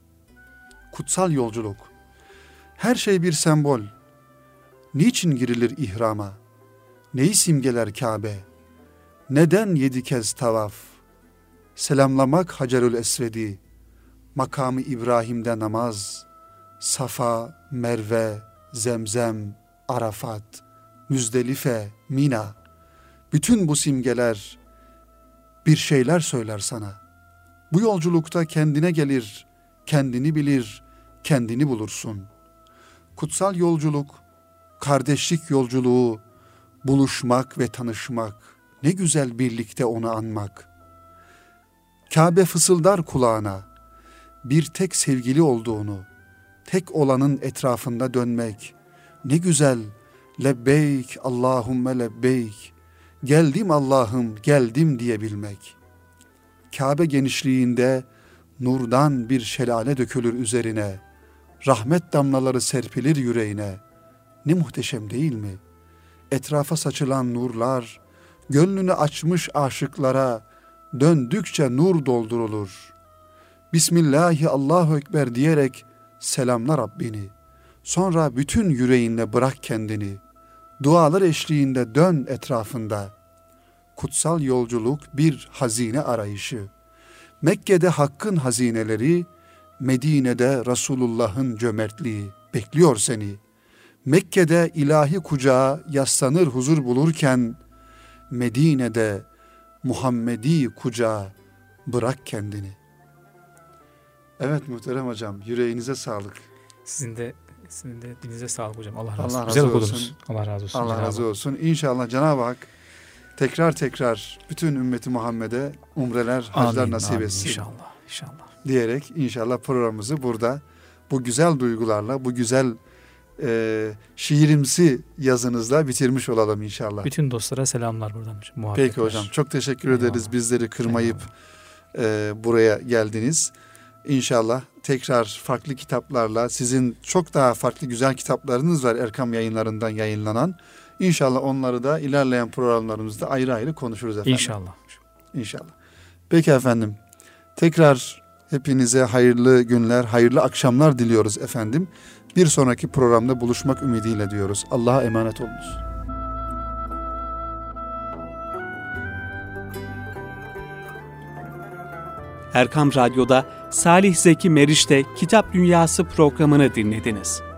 S2: Kutsal yolculuk. Her şey bir sembol. Niçin girilir ihrama? Neyi simgeler Kabe? Neden yedi kez tavaf? Selamlamak Hacerül Esved'i, makamı İbrahim'de namaz, Safa, Merve, Zemzem, Arafat, Müzdelife, Mina. Bütün bu simgeler bir şeyler söyler sana. Bu yolculukta kendine gelir, kendini bilir, kendini bulursun. Kutsal yolculuk, kardeşlik yolculuğu, buluşmak ve tanışmak, ne güzel birlikte onu anmak. Kabe fısıldar kulağına, bir tek sevgili olduğunu, tek olanın etrafında dönmek, ne güzel, lebbeyk Allahümme lebbeyk, geldim Allah'ım geldim diyebilmek. Kabe genişliğinde nurdan bir şelale dökülür üzerine, rahmet damlaları serpilir yüreğine. Ne muhteşem değil mi? Etrafa saçılan nurlar, gönlünü açmış aşıklara döndükçe nur doldurulur. Bismillahi Allahu Ekber diyerek selamla Rabbini. Sonra bütün yüreğinle bırak kendini. Dualar eşliğinde dön etrafında. Kutsal yolculuk bir hazine arayışı. Mekke'de Hakk'ın hazineleri, Medine'de Resulullah'ın cömertliği bekliyor seni. Mekke'de ilahi kucağa yaslanır huzur bulurken, Medine'de Muhammedi kucağa bırak kendini. Evet muhterem hocam, yüreğinize sağlık.
S3: Sizin de Sizin de dilinize sağlık hocam. Allah razı olsun.
S2: Allah
S3: Güzel
S2: razı
S3: okudunuz.
S2: olsun.
S3: Allah razı olsun.
S2: Allah
S3: Cenab-ı
S2: razı
S3: Hak.
S2: olsun. İnşallah Cenab-ı Hak tekrar tekrar bütün ümmeti Muhammed'e umreler, haclar
S3: Amin,
S2: nasip
S3: amin.
S2: etsin
S3: İnşallah. İnşallah.
S2: diyerek inşallah programımızı burada bu güzel duygularla, bu güzel e, şiirimsi yazınızla bitirmiş olalım inşallah.
S3: Bütün dostlara selamlar buradan hocam. Muhabbetler.
S2: Peki hocam, çok teşekkür ederiz
S3: Eyvallah.
S2: bizleri kırmayıp e, buraya geldiniz. İnşallah tekrar farklı kitaplarla, sizin çok daha farklı güzel kitaplarınız var Erkam Yayınlarından yayınlanan. İnşallah onları da ilerleyen programlarımızda ayrı ayrı konuşuruz efendim.
S3: İnşallah.
S2: İnşallah. Peki efendim. Tekrar hepinize hayırlı günler, hayırlı akşamlar diliyoruz efendim. Bir sonraki programda buluşmak ümidiyle diyoruz. Allah'a emanet olunuz.
S1: Erkam Radyo'da Salih Zeki Meriç'te Kitap Dünyası programını dinlediniz.